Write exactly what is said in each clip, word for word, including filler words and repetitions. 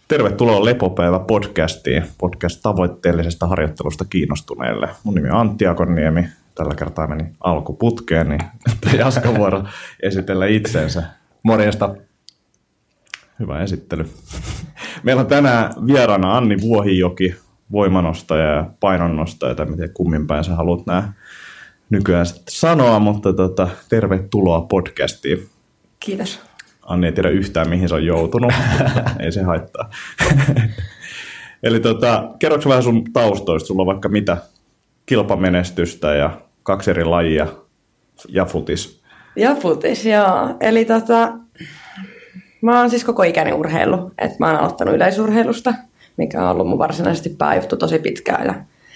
Tervetuloa Lepopäivä podcastiin, podcast tavoitteellisesta harjoittelusta kiinnostuneille. Mun nimi on Antti Akonniemi, tällä kertaa meni alkuputkeen, niin Jaska vuoro esitellä itsensä. Morjesta. Hyvä esittely. Meillä on tänään vieraana Anni Vuohijoki, voimanostaja ja painonnostaja, tai miten kummin päin sä haluat nämä nykyään sanoa, mutta tota, tervetuloa podcastiin. Kiitos. Anni ei tiedä yhtään, mihin se on joutunut, ei se haittaa. Eli tota, kerroksä vähän sun taustoista, sulla on vaikka mitä kilpamenestystä ja kaksi eri lajia ja futis. Ja futis, joo. Eli tota, mä oon siis koko ikäni urheilu, että mä oon aloittanut yleisurheilusta, mikä on ollut mun varsinaisesti pääjuttu tosi pitkään. Ja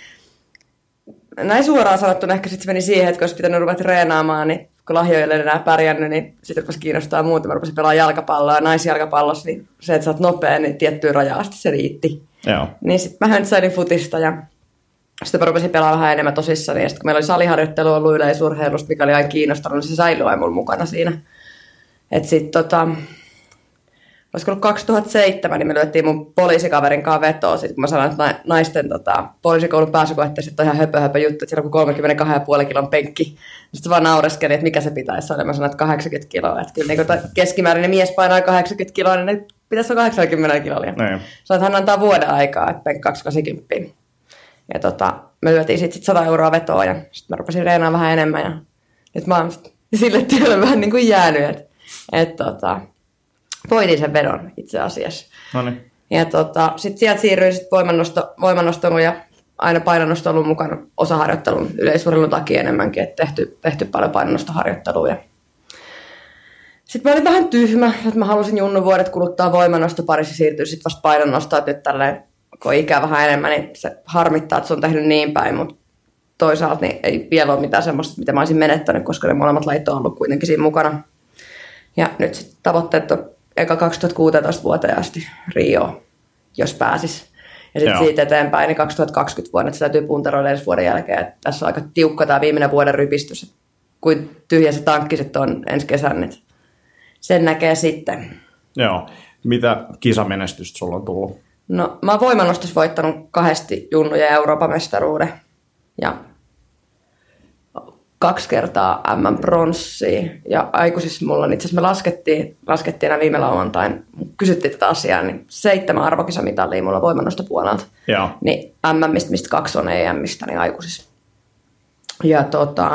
näin suoraan sanottuna ehkä sitten meni siihen, että kun olisi pitänyt ruveta treenaamaan, niin kun lahjoille ei enää pärjännyt, niin sitten rupesi kiinnostaa muuta. Mä rupesin pelaamaan jalkapalloa ja naisjalkapallossa, niin se, että sä oot nopea, niin tiettyyn rajaan asti se riitti. Joo. Niin sitten mä höntsäilin futista ja sitten mä rupesin pelaamaan vähän enemmän tosissani. Ja sitten kun meillä oli saliharjoittelu ollut yleisurheilusta, mikä oli aina kiinnostanut, niin se säilyi aina mulla mukana siinä. Että sitten tota, olisiko ollut kaksituhattaseitsemän, niin me lyöttiin mun poliisikaverin kanssa vetoa, sit, kun mä sanoin, että naisten tota, poliisikoulun pääsykohteessa on ihan höpö höpö juttu, että siellä on kolmekymmentäkaksi pilkku viisi kilon penkki. Sitten vaan naureskeli, että mikä se pitäisi olla. Mä sanoin, että kahdeksankymmentä kiloa. Että kyllä niin keskimääräinen mies painaa kahdeksankymmentä kiloa, niin ne pitäisi olla kahdeksankymmentä kiloa. Sanoin, että hän antaa vuoden aikaa, että penkki kaksisataakahdeksankymmentä. Ja tota, me lyötiin sitten sit sata euroa vetoa ja sitten mä rupesin reenaamaan vähän enemmän. Ja nyt mä oon sille tielle vähän niin kuin jäänyt, että et, tota, voitin sen vedon itse asiassa. Noniin. Ja tota, sitten sieltä siirryin sit voimannosto, voimannostoon ja aina painonnosto on ollut mukana osaharjoittelun yleisurheilun takia enemmänkin, että tehty, tehty paljon painonnostoharjoittelua. Sitten mä olin vähän tyhmä, että mä halusin junnu vuodet kuluttaa voimannosto parissa ja siirtyä sitten vasta painonnostoon, että nyt tälleen, kun ikää vähän enemmän, niin se harmittaa, että se on tehnyt niin päin, mutta toisaalta niin ei vielä ole mitään semmoista, mitä mä olisin menettänyt, koska ne molemmat lajit on ollut kuitenkin siinä mukana. Ja nyt sitten tavoitteet on eka kaksituhattakuusitoista vuoteen asti Rio, jos pääsis. Ja sitten siitä eteenpäin, niin kaksituhattakaksikymmentä vuonna, että se täytyy puntaroida edes vuoden jälkeen. Että tässä on aika tiukka tämä viimeinen vuoden rypistys, että kuin tyhjä se tankki sitten on ensi kesän, niin sen näkee sitten. Joo. Mitä kisamenestystä sulla on tullut? No, mä oon voimannostossa voittanut kahdesti junnuja Euroopan mestaruuden ja kaksi kertaa M M-pronssia. Ja aikuisissa mulla on itse asiassa me laskettiin, laskettiin aina viime lauantain, kysyttiin tätä asiaa, niin seitsemän arvokisamitalia mulla voimannostopuolelta. Joo. Niin M M:istä, mistä kaksi on E M:istä, niin aikuisissa. Ja tota,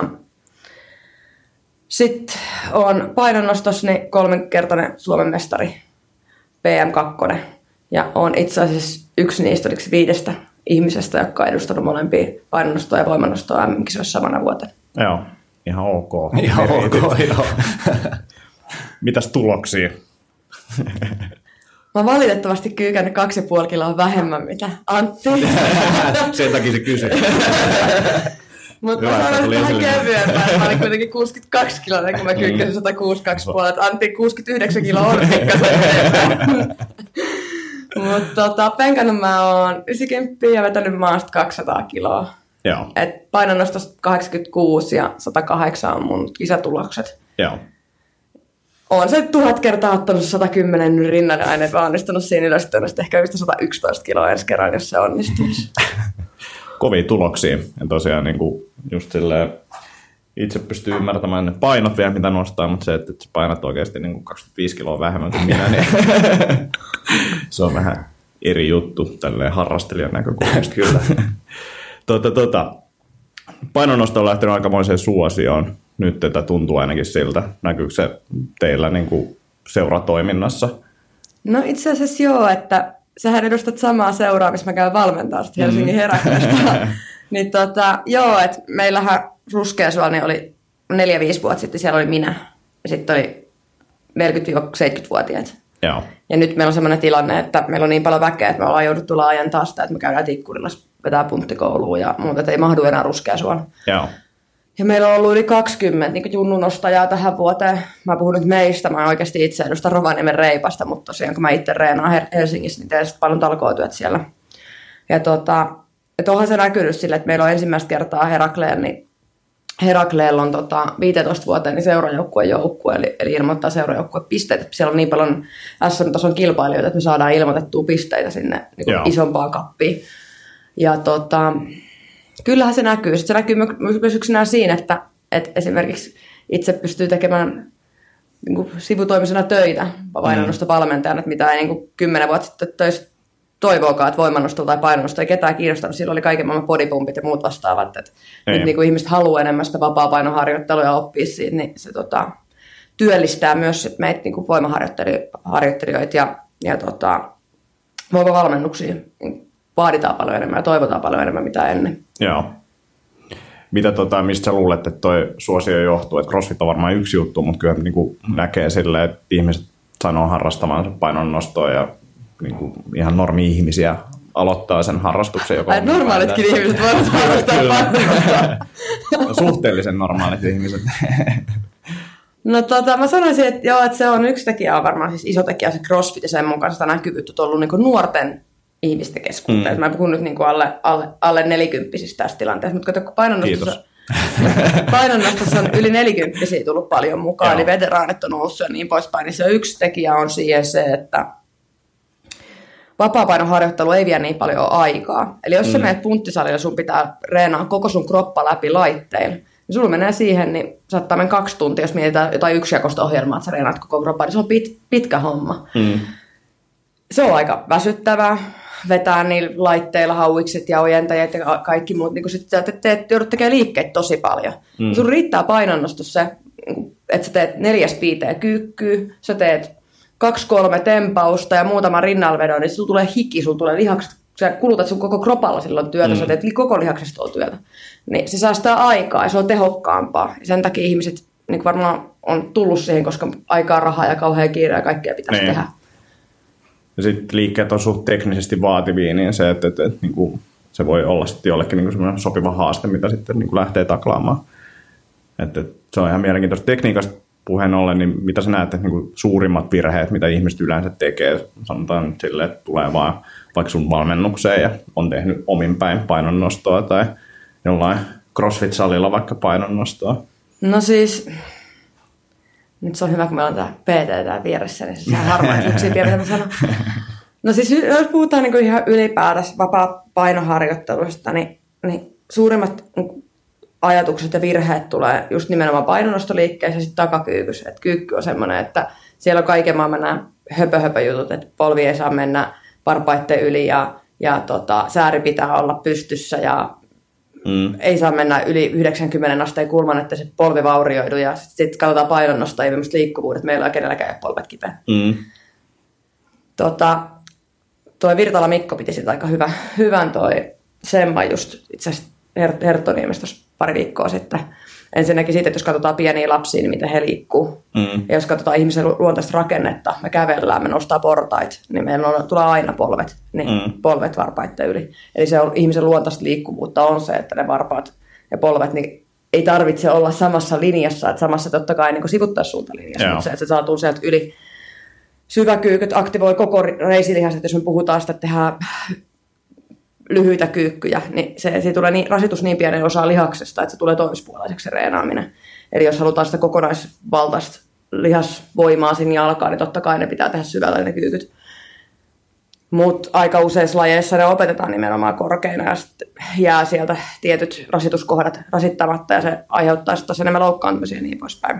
sitten on painonnostossa niin kolmenkertainen Suomen mestari P M kaksi. Ja on itse asiassa yksi niistä oliko viidestä ihmisestä, jotka on edustanut molempia painonnostoa ja voimannostoa M M-kisoissa samana vuotena. Joo, ihan ok. Ihan ok, joo. Mitäs tuloksia? Mä oon valitettavasti kyykännyt kaksi ja puoli kiloa vähemmän, mitä Antti. Sen takia se kysyi. Mutta mä sanoin vähän kevyempää. Mä olin kuitenkin kuusikymmentäkaksi kiloa, kun mä kyykkäsin sata kuusikymmentäkaksi puolet. Antti kuusikymmentäyhdeksän kiloa on pikkasen. Mutta tota, penkannut mä oon yhdeksänkymmentä ja vetänyt maasta kaksisataa kiloa. Joo. Et painonnostosta kahdeksankymmentäkuusi ja sata kahdeksan on mun kisatulokset. Joo. Oon se tuhat kertaa ottanut sata kymmenen rinnalle aina, että onnistunut siinä ylöstönnöstä. Ehkä yhtä sata yksitoista kiloa ensi kerran, jos se onnistuisi. Kovia tuloksia. Ja tosiaan niin kuin just silleen, itse pystyy ymmärtämään ne painot vielä, mitä nostaa, mutta se, että sä painat oikeasti niin kuin kaksikymmentäviisi kiloa vähemmän kuin minä, niin se on vähän eri juttu tälleen harrastelijan näkökulmasta kyllä. Tuota, tuota, painonnosto on lähtenyt aikamoiseen suosioon. Nyt tätä tuntuu ainakin siltä. Näkyykö se teillä niin kuin seuratoiminnassa? No itse asiassa joo, että sähän edustat samaa seuraa, missä mä käyn valmentaa sitten Helsingin Herakleesta. Niin tota, joo, että meillähän Ruskeasuolla oli neljä viisi vuotta sitten, siellä oli minä. Ja sitten oli neljäkymmentä-seitsemänkymmentävuotiaat. Joo. Ja nyt meillä on sellainen tilanne, että meillä on niin paljon väkeä, että me ollaan jouduttu laajentaa sitä, että me käydään Tikkurilla vetää punttikouluun ja muuta, että ei mahdu enää Ruskeasuolla. Joo. Ja meillä on ollut yli kaksikymmentä niin junnunostajaa tähän vuoteen. Mä puhun nyt meistä, mä oikeasti itse edustan Rovaniemen Reipasta, mutta tosiaan kun mä itse reenaan Helsingissä, niin teen paljon talkootyöt siellä. Ja tota, että onhan se näkynyt sille, että meillä on ensimmäistä kertaa Herakleen niin Herakleella on tota, viisitoista vuoteen niin seurajoukkueen joukkue, eli, eli ilmoittaa seurajoukkueen pisteitä. Siellä on niin paljon S M-tason kilpailijoita, että me saadaan ilmoitettua pisteitä sinne niin isompaan kappiin. Ja tota, kyllähän se näkyy. Sitten se näkyy myös yksinään siinä, että, että esimerkiksi itse pystyy tekemään niin kuin sivutoimisena töitä painonnosta valmentajana, että mitä ei niin kuin kymmenen vuotta sitten töissä toivoakaan, että voimannostolla tai painonnosta ei ketään kiinnostanut. Silloin oli kaiken maailman bodypumpit ja muut vastaavat. Että nyt niin kuin ihmiset haluaa enemmän sitä vapaa-painoharjoittelua ja oppia siitä, niin se tota, työllistää myös meitä niin kuin voimaharjoittelijoita ja, ja tota, voimavalmennuksia. Vaaditaan paljon enemmän ja toivotaan paljon enemmän mitä ennen. Joo. Mitä tota, mistä sä luulet, että toi suosio johtuu? Että CrossFit on varmaan yksi juttu, mutta kyllä niin kuin näkee silleen, että ihmiset sanoo harrastavansa painonnostoa ja niin kuin ihan normi-ihmisiä aloittaa sen harrastuksen. Joka Ai, normaalitkin ihmiset voivat harrastaa painonnostoa. Suhteellisen normaalit ihmiset. No tota, mä sanoisin, että joo, että se on yksi tekijä, on varmaan siis iso tekijä se CrossFit ja sen mukaan sitä näkyvyyttä on ollut niin kuin nuorten ihmisten keskuuteen. Mm. Mä puhun nyt niin kuin alle, alle, alle nelikymppisistä tässä tilanteessa, mutta kato, kun painonnostossa, painonnostossa on yli nelikymppisiä tullut paljon mukaan, joo. Eli veteraanit on noussut ja niin poispäin, niin se yksi tekijä on siihen se, että vapaa-painoharjoittelu ei vie niin paljon aikaa. Eli jos mm. sä menet punttisalille, sun pitää reenaa koko sun kroppa läpi laitteilla, niin sulla menee siihen, niin saattaa mennä kaksi tuntia, jos mietitään jotain yksijakoista ohjelmaa, että sä reenaat koko kroppaa, niin se on pit, pitkä homma. Mm. Se on aika väsyttävää, vetää niillä laitteilla hauikset ja ojentajat ja kaikki muut, niin kun sit sä te, te, joudut tekemään liikkeitä tosi paljon. Mm. Sun riittää painonnostossa se, että sä teet neljästä viiteen kyykkyä, sä teet kaksi kolme tempausta ja muutama rinnalvedon, niin sulla tulee hiki, sulla tulee lihakset, sä kulutat sun koko kropalla silloin työtä, mm. sä teet koko lihaksesta työtä. Niin se säästää aikaa ja se on tehokkaampaa. Ja sen takia ihmiset niin varmaan on tullut siihen, koska aikaa, rahaa ja kauhean kiire ja kaikkea pitäisi niin tehdä. Ja sitten liikkeet on suht teknisesti vaativia, niin se, että, että, että, että niin se voi olla sitten jollekin niin semmoinen sopiva haaste, mitä sitten niin lähtee taklaamaan. Että, että se on ihan mielenkiintoista tekniikasta puheen ollen, niin mitä sä näet, että niin suurimmat virheet, mitä ihmiset yleensä tekee, sanotaan nyt silleen, että tulee vaan vaikka sun valmennukseen ja on tehnyt omin päin painonnostoa tai jollain CrossFit-salilla vaikka painonnostoa? No siis, nyt se on hyvä, kun meillä on tämä P T täällä vieressä, niin se saa harmaan yksiä pieniä, mitä sanoa. No siis, jos puhutaan niin kuin ihan ylipäätänsä vapaa-painoharjoittelusta, niin, niin suurimmat ajatukset ja virheet tulee just nimenomaan painonnostoliikkeessä ja sitten takakyykyssä. Et kyykky on semmoinen, että siellä on kaiken maailman nämä höpö-höpö-jutut, että polvi ei saa mennä varpaitten yli ja, ja tota, sääri pitää olla pystyssä ja mm. ei saa mennä yli yhdeksänkymmentä asteen kulman, että se polvi vaurioidu ja sitten sit katsotaan painonnosta ja liikkuvuudet. Meillä ei kenelläkään ole polvet kipeä. Mm. Tota, toi Virtala Mikko piti sitä aika hyvä, hyvän toi semman just itse asiassa Herttoniemestä pari viikkoa sitten. Ensinnäkin siitä, että jos katsotaan pieniä lapsia, niin miten he liikkuu. Mm. Ja jos katsotaan ihmisen luontaista rakennetta, me kävellään, me nostaa portait, niin meillä on, tulee aina polvet, niin mm. polvet varpaitten yli. Eli se on, ihmisen luontaista liikkuvuutta on se, että ne varpaat ja polvet niin ei tarvitse olla samassa linjassa, että samassa totta kai niin sivuttaissuuntalinjassa, mutta se, että se saatuu sieltä yli. Syväkyykyt aktivoi koko reisilihas, että jos me puhutaan sitä, että tehdään lyhyitä kyykkyjä, niin se, se tulee niin, rasitus niin pienen osaa lihaksesta, että se tulee toispuolaiseksi se reenaaminen. Eli jos halutaan sitä kokonaisvaltaista lihasvoimaa sinne jalkaan, niin totta kai ne pitää tehdä syvällä ne kyykyt. Mutta aika useissa lajeissa ne opetetaan nimenomaan korkeina ja sitten jää sieltä tietyt rasituskohdat rasittamatta ja se aiheuttaa sitten enemmän loukkaantumisia ja niin poispäin.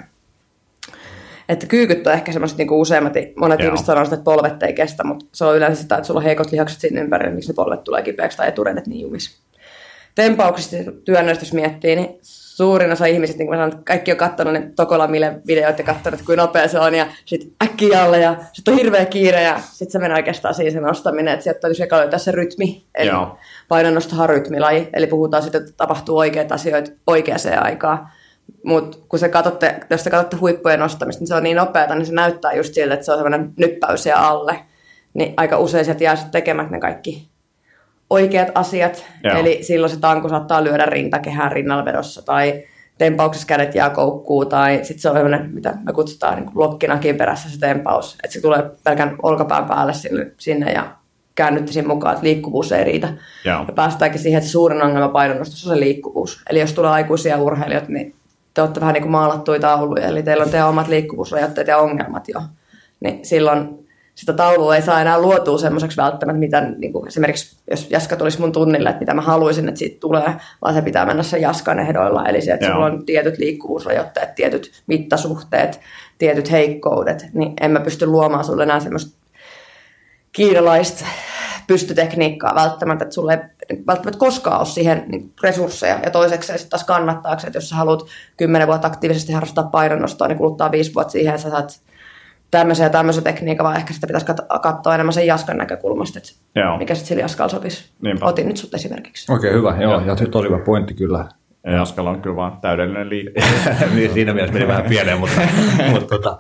Että kyykyt on ehkä semmoiset niin kuin useimmat, monet Joo. ihmiset sanoo sitä, että polvet ei kestä, mutta se on yleensä sitä, että sulla on heikot lihakset siinä ympärillä, miksi ne polvet tulee kipeäksi tai eturedet niin jumis. Tempauksista työnnöistä, jos miettii, niin suurin osa ihmisistä, niin kuin mä sanon, että kaikki on katsonut ne Tokola Mille videoita ja katsonut, että kuinka nopea se on ja sitten äkkiä alle ja sitten on hirveä kiire ja sitten se menee oikeastaan siihen se nostaminen, että sieltä täytyy sekä löytää se rytmi, eli Joo. painonnostohan rytmilaji, eli puhutaan siitä, että tapahtuu oikeita asioita oikeaan aikaan. Mutta kun se katsotte, jos te katsotte huippujen nostamista, niin se on niin nopeata, niin se näyttää just siltä, että se on sellainen nyppäys siellä alle. Niin aika usein sieltä jää tekemät ne kaikki oikeat asiat. Joo. Eli silloin se tanko saattaa lyödä rintakehään rinnalvedossa tai tempauksessa kädet jää koukkuun tai sitten se on sellainen, mitä me kutsutaan niin lokkinakin perässä se tempaus. Että se tulee pelkän olkapään päälle sinne ja käännyttäisin mukaan, että liikkuvuus ei riitä. Joo. Ja päästäänkin siihen, että suurin ongelma painonnostossa on se liikkuvuus. Eli jos tulee aikuisia urheilijoita, niin te olette vähän niin kuin maalattuja tauluja, eli teillä on teidän omat liikkuvuusrajoitteet ja ongelmat jo. Niin silloin sitä taulua ei saa enää luotua semmoiseksi välttämättä, mitä niin kuin esimerkiksi jos Jaska tulisi mun tunnille, että mitä mä haluaisin, että siitä tulee, vaan se pitää mennä sen Jaskan ehdoilla. Eli se, että sulla on tietyt liikkuvuusrajoitteet, tietyt mittasuhteet, tietyt heikkoudet, niin en mä pysty luomaan sulle enää semmoista kiinalaista pystytekniikkaa välttämättä, että sulla ei välttämättä koskaan ole siihen niin resursseja. Ja toiseksi sitten taas kannattaakseen, että jos sä haluat kymmenen vuotta aktiivisesti harrastaa painonnostoa, niin kuluttaa viisi vuotta siihen, että sä saat tämmöisen ja tämmöisen tekniikan, vaan ehkä sitä pitäisi katsoa enemmän sen Jaskan näkökulmasta, että joo. mikä sitten sillä Jaskalla sopisi. Niinpä. Otin nyt sut esimerkiksi. Okei, okay, hyvä. Joo, joo. Ja tosi hyvä pointti kyllä. Ja Jaskalla on kyllä vaan täydellinen liikku. Siinä mielessä meni vähän pieneen, mutta, mutta tota,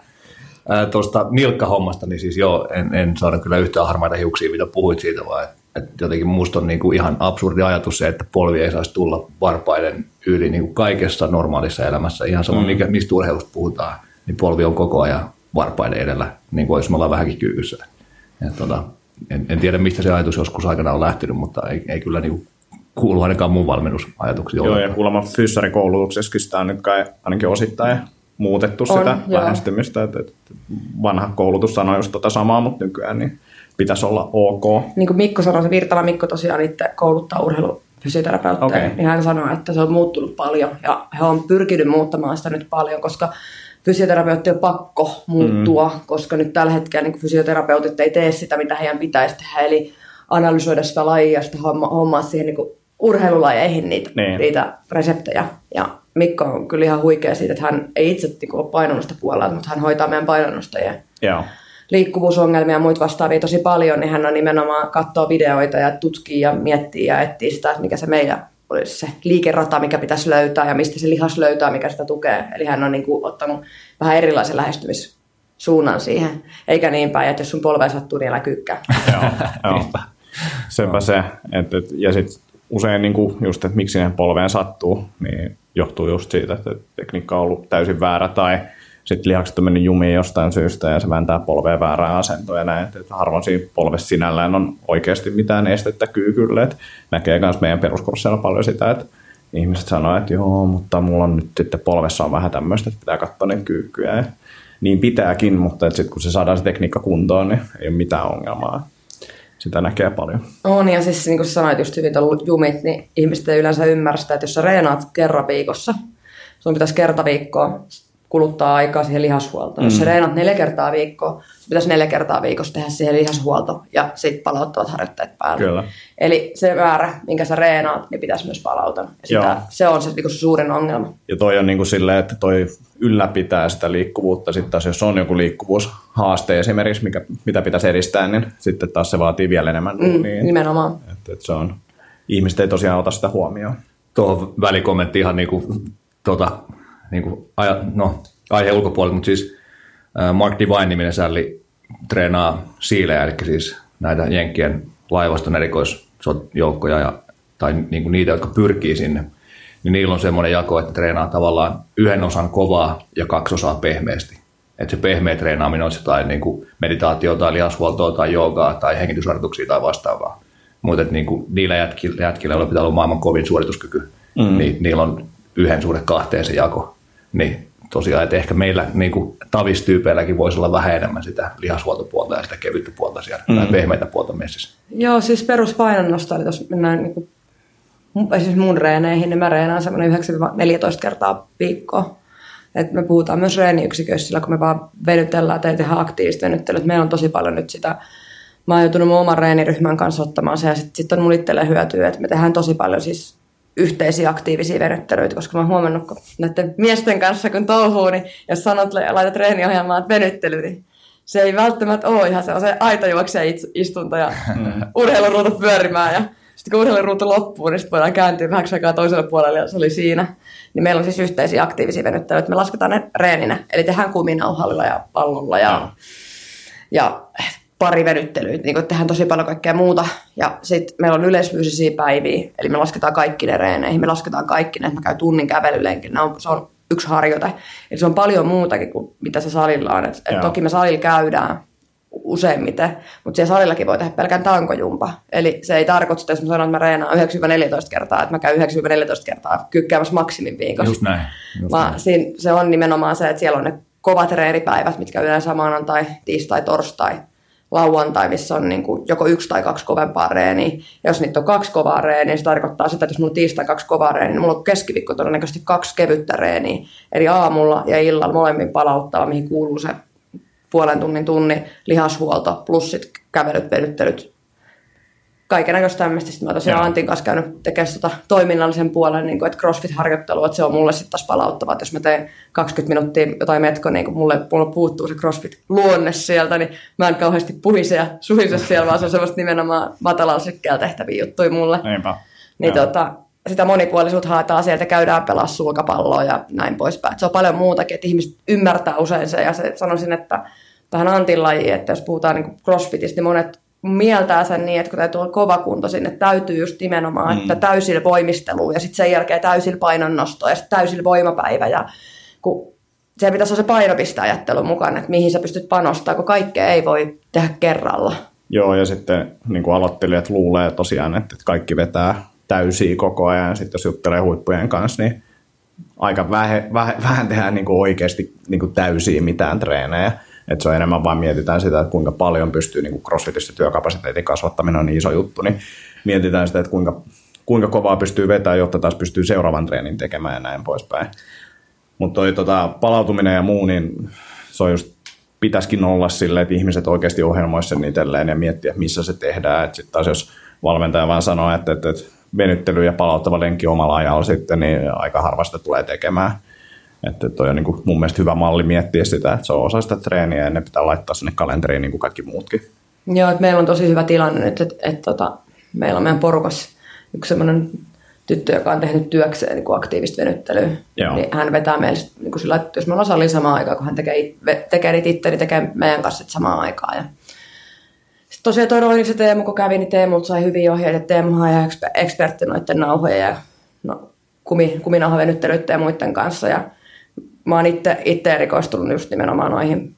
tuosta nilkkahommasta, niin siis joo, en, en saada kyllä yhtään harmaita hiuksia, mitä puhuit siitä, vaan että et jotenkin musta on niinku ihan absurdi ajatus se, että polvi ei saisi tulla varpaiden yli niinku kaikessa normaalissa elämässä. Ihan sama, mm. mikä, mistä urheilusta puhutaan, niin polvi on koko ajan varpaiden edellä, niin kuin jos me ollaan vähänkin kyykyssä. Et, tota, en, en tiedä, mistä se ajatus joskus aikana on lähtenyt, mutta ei, ei kyllä niinku kuulu ainakaan mun valmennusajatuksiin. Joo, ja kuulemma fyssarikoulutuksessakin sitä on nyt kai ainakin osittain muutettu on, sitä joo. lähestymistä. Et, et vanha koulutus sanoi just tota samaa, mutta nykyään niin pitäisi olla ok. Niin kuin Mikko sanoi, se Virtala Mikko tosiaan itse kouluttaa urheilufysioterapeutteja, okay. niin hän sanoi, että se on muuttunut paljon, ja he on pyrkinyt muuttamaan sitä nyt paljon, koska fysioterapeutti on pakko muuttua, mm. koska nyt tällä hetkellä niin fysioterapeutit ei tee sitä, mitä heidän pitäisi tehdä, eli analysoida sitä lajia ja sitten hommaa siihen niin urheilulajeihin niitä, niin. niitä reseptejä. Ja Mikko on kyllä ihan huikea siitä, että hän ei itse niin ole painonnosta puolella, mutta hän hoitaa meidän painonnostajien Joo. liikkuvuusongelmia ja muita vastaavia tosi paljon, niin hän on nimenomaan katsoo videoita ja tutkii ja miettii ja etsii sitä, että mikä se meidän olisi se liikerata, mikä pitäisi löytää ja mistä se lihas löytää, mikä sitä tukee. Eli hän on niin kuin ottanut vähän erilaisen lähestymissuunnan siihen, eikä niin päin, että jos sun polveen sattuu, niin älä kyykkää. Joo, joo. Sepä se. Et, et, ja sitten usein niin kuin just, että miksi siihen polveen sattuu, niin johtuu just siitä, että tekniikka on ollut täysin väärä tai sitten lihakset on mennyt jumiin jostain syystä ja se vääntää polveen väärään asentoon ja näin. Että harvoin siinä polvessa sinällään on oikeasti mitään estettä kyykylle. Et näkee myös meidän peruskursseilla paljon sitä, että ihmiset sanoo, että joo, mutta mulla on nyt sitten polvessa on vähän tämmöistä, että pitää katsoa ne kyykkyjä. Ja niin pitääkin, mutta sitten kun se saadaan se tekniikka kuntoon, niin ei ole mitään ongelmaa. Sitä näkee paljon. On, ja siis niin kuin sanoit just hyvin jumit, niin ihmiset ei yleensä ymmärrä sitä, että jos sä reenaat kerran viikossa, sun pitäisi kerta viikkoa kuluttaa aikaa siihen lihashuoltoon. Mm. Jos sä reenat neljä kertaa viikkoa, pitäisi neljä kertaa viikossa tehdä siihen lihashuolto ja sitten palauttavat harjoitteet päälle. Kyllä. Eli se määrä, minkä sä reenaat, niin pitäisi myös palauttaa. Sitä, se on se, niin se suurin ongelma. Ja toi on niin kuin silleen, että toi ylläpitää sitä liikkuvuutta. Sitten taas jos on joku liikkuvuushaaste esimerkiksi, mikä, mitä pitäisi edistää, niin sitten taas se vaatii vielä enemmän. Mm, niin, nimenomaan. Että, että se on, ihmiset ei tosiaan ota sitä huomioon. Tuohon välikommentti ihan niin kuin, tota, niin kuin aja, no, aiheen ulkopuolelta, mutta siis Mark Divine-niminen sälli treenaa siilejä, eli siis näitä Jenkkien laivaston erikoisjoukkoja ja, tai niin kuin niitä, jotka pyrkii sinne, niin niillä on semmoinen jako, että treenaa tavallaan yhden osan kovaa ja kaksi osaa pehmeästi. Että se pehmeä treenaaminen on jotain niin kuin meditaatiota tai lihashuoltoa tai joogaa tai hengitysharjoituksia tai vastaavaa. Mutta niin niillä jätkillä, jätkillä, joilla pitää olla maailman kovin suorituskyky, mm. niin niillä on yhden suhde kahteen se jako. Niin tosiaan, että ehkä meillä niin kuin tavistyypeilläkin voisi olla vähän enemmän sitä lihashuoltopuolta ja sitä kevyttä puolta siellä, mm. tai pehmeitä puolta messissä. Joo, siis peruspainonnosta, eli jos mennään niin kuin, esimerkiksi mun reeneihin, niin mä reenaan semmoinen yhdeksän neljätoista kertaa viikkoa. Et me puhutaan myös reeniyksiköissä sillä, kun me vaan venytellään tai tehdään aktiivista venyttelyä. Meillä on tosi paljon nyt sitä, mä oon joutunut mun oman reeniryhmän kanssa ottamaan se, ja sitten sit on mun itselleen hyötyä, että me tehdään tosi paljon siis yhteisiä aktiivisia venyttelyitä, koska mä oon huomannut, kun näiden miesten kanssa kun touhuu, niin jos sanot ja laitat treeniohjelmaan, että venyttely, niin se ei välttämättä ole ihan se, on se aito juoksee istunto ja urheiluruutu pyörimään, ja sitten kun urheiluruutu loppuu, niin sitten voidaan kääntyä vähäksi aikaa toiselle puolelle, ja se oli siinä. Niin meillä on siis yhteisiä aktiivisia venyttelyitä, me lasketaan ne reeninä, eli tehdään kuminauhalla ja pallolla ja, ja pari venyttelyitä, niin kuin tehdään tosi paljon kaikkea muuta. Ja sitten meillä on yleisfyysisiä päiviä, eli me lasketaan kaikki ne reeneihin, me lasketaan kaikki ne, että mä käyn tunnin kävelylenkin, on, se on yksi harjoite. Eli se on paljon muutakin kuin mitä se salilla on. Et, et toki me salilla käydään useimmiten, mutta siellä salillakin voi tehdä pelkän tankojumpa. Eli se ei tarkoita, että jos mä sanon, että mä reenaan yhdeksän neljätoista kertaa, että mä käyn yhdeksän neljätoista kertaa kykkäämässä maksimin viikossa. Just näin. Just Vaan näin. siinä, se on nimenomaan se, että siellä on ne kovat treenipäivät, mitkä yleensä maanantai, tiistai, torstai, lauantai, missä on niin kuin joko yksi tai kaksi kovempaa reeniä. Ja jos niitä on kaksi kovaa reeniä, niin se tarkoittaa sitä, että jos mulla on tiistai kaksi kovaa reeniä, niin mulla on keskiviikko todennäköisesti kaksi kevyttä reeniä. Eli aamulla ja illalla molemmin palauttava, mihin kuuluu se puolen tunnin tunni lihashuolto, plus sit kävelyt, venyttelyt, kaikennäköistä tämmöistä. Sitten mä tosiaan Joo. Antin kanssa käynyt tekemään tota toiminnallisen puolen, niin kuin, että CrossFit-harjoittelu, että se on mulle sitten taas palauttava. Että jos mä teen kaksikymmentä minuuttia jotain metkoa, niin kun mulle, mulle puuttuu se CrossFit-luonne sieltä, niin mä en kauheasti puhise ja suhise siellä, vaan se on semmoista nimenomaan matalalla sykkeellä tehtäviä juttuja mulle. Niinpä. Niin tota, sitä monipuolisuutta haetaan sieltä, käydään pelaa sulkapalloa ja näin poispäin. Et se on paljon muutakin, että ihmiset ymmärtää usein se, ja se, sanoisin, että tähän Antin lajiin, että jos puhutaan niin CrossFitistä, niin monet mieltää sen niin, että kun täytyy olla kovakuntoisin, että täytyy just nimenomaan, mm. että täysillä voimistelua ja sitten sen jälkeen täysillä painonnostoa ja sitten täysillä voimapäivä. Ja kun siellä pitäisi olla se painopisteajattelu mukana, että mihin sä pystyt panostamaan, kun kaikkea ei voi tehdä kerralla. Joo, ja sitten niin kuin aloittelijat luulee tosiaan, että kaikki vetää täysiä koko ajan, ja sitten jos juttelee huippujen kanssa, niin aika vähän, vähän, vähän tehdään niin kuin oikeasti niin kuin täysiä mitään treenejä. Että se on enemmän vaan mietitään sitä, että kuinka paljon pystyy niin kuin CrossFitissa työkapasiteetin kasvattaminen on niin iso juttu, niin mietitään sitä, että kuinka, kuinka kovaa pystyy vetämään, jotta taas pystyy seuraavan treenin tekemään ja näin poispäin. Mutta toi tota, palautuminen ja muu, niin se on just, pitäisikin olla silleen, että ihmiset oikeasti ohjelmoisivat sen itselleen ja miettiä, missä se tehdään. Sitten taas jos valmentaja vaan sanoo, että, että, että venyttely ja palauttava lenkki omalla ajalla sitten, niin aika harvasta tulee tekemään. Että toi on niin kuin mun mielestä hyvä malli miettiä sitä, että se on osa sitä treeniä ja ne pitää laittaa sinne kalenteriin niin kuin kaikki muutkin. Joo, että meillä on tosi hyvä tilanne nyt, että, että, että meillä on meidän porukassa yksi semmoinen tyttö, joka on tehnyt työkseen niin kuin aktiivista venyttelyä. Joo. Niin hän vetää meille niin kuin sillä, että jos me ollaan salilla samaan aikaan, kun hän tekee, tekee niitä itse, niin tekee meidän kanssa samaan aikaan. Ja sitten tosiaan toi Roini, se Teemu, kun kävi, niin Teemulta sai hyviä ohjeita. Teemuhan on ihan ekspertti noiden nauhojen ja no, kumi, kuminauhavenyttelyiden ja muiden kanssa. Ja mä oon itse, itse erikoistunut just nimenomaan noihin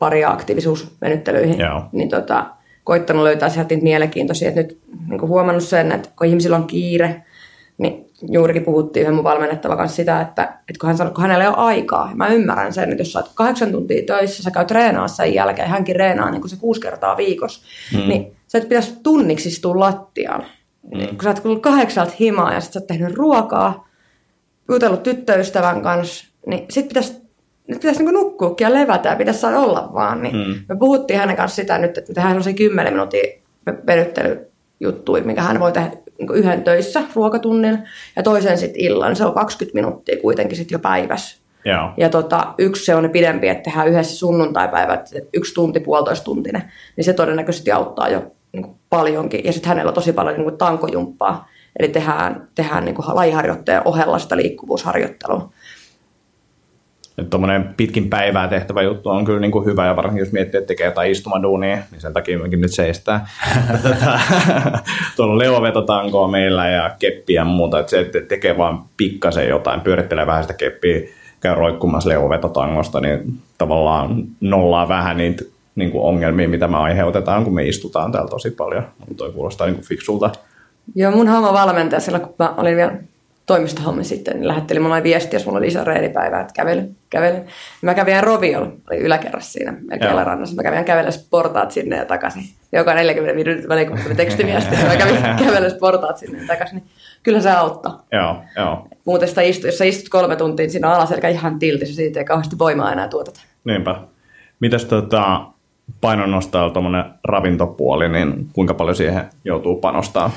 pariaktiivisuusvenettelyihin, niin tota, koittanut löytää sieltä niitä mielenkiintoisia. Että nyt niin kuin huomannut sen, että kun ihmisillä on kiire, niin juurikin puhuttiin yhden mun valmennettava kanssa sitä, että, että kun hän sanoo, kun hänellä ei ole aikaa. Mä ymmärrän sen, että jos sä oot kahdeksan tuntia töissä, sä käy treenaa sen jälkeen, hänkin treenaa niin kuin se kuusi kertaa viikossa, mm. niin sä et pitäisi tunniksi istua lattialla. Mm. Kun sä oot tullut kahdeksalta himaa ja sit sä oot tehnyt ruokaa, jutellut tyttöystävän kanssa, niin sit pitäisi, nyt pitäisi niin nukkuukin ja levätä ja pitäisi saada olla vaan. Niin mm. me puhuttiin hänen kanssa sitä nyt, että me tehdään sellaisia kymmenen minuutin venyttelyjuttuja, minkä hän voi tehdä niin yhden töissä ruokatunnilla ja toisen sitten illan. Se on kaksikymmentä minuuttia kuitenkin sitten jo päivässä. Joo. Ja tota, yksi se on ne pidempi, että tehdään yhdessä sunnuntaipäivät, yksi tunti, puolitoista tuntinen, niin se todennäköisesti auttaa jo niin kuin paljonkin. Ja sitten hänellä on tosi paljon niin kuin tankojumppaa, eli tehdään, tehdään niin kuin lajiharjoitteen ohella sitä liikkuvuusharjoittelua. Tuommoinen pitkin päivää tehtävä juttu on kyllä niin kuin hyvä, ja varsinkin jos miettii, että tekee jotain istumaduunia, niin sen takia mekin nyt seistää. Tuolla on leuvavetotankoa meillä ja keppiä ja muuta, että se että tekee vaan pikkasen jotain, pyörittelee vähän sitä keppiä, käy roikkumassa leuvavetotangosta, niin tavallaan nollaa vähän niitä niin kuin ongelmia, mitä me aiheutetaan, kun me istutaan täällä tosi paljon. Toi kuulostaa niin kuin fiksulta. Joo, mun hammavalmentaja silloin, kun mä olin vielä toimistohommin sitten, niin lähetteli mulle viestiä, jos mulla oli iso reenipäivä, että kävelin, kävelin. Mä kävin ihan roviolla, oli yläkerrassa siinä Kelarannassa. Mä kävin kävellä portaat sinne ja takaisin. Joka neljäkymmentä minuutin väliin, kun tuli tekstiviesti, mä kävin kävellä portaat sinne ja takaisin. Niin kyllä se auttaa. Joo, joo. Muuten sitä istu, jos sä istut kolme tuntia, niin siinä on alaselkä ihan tiltissä, siitä ei kauheasti voimaa enää tuoteta. Niinpä. Mitäs tota, painonnostolla tuommoinen ravintopuoli, niin kuinka paljon siihen joutuu panostaa?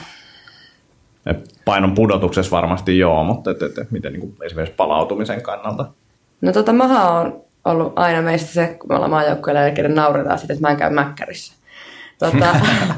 Et painon pudotuksessa varmasti joo, mutta et, et, et, miten niin kuin esimerkiksi palautumisen kannalta? No tota, maha on ollut aina meistä se, kun me ollaan maajoukkueella ja kerran nauretaan sitä, että mä en käy mäkkärissä. Tota,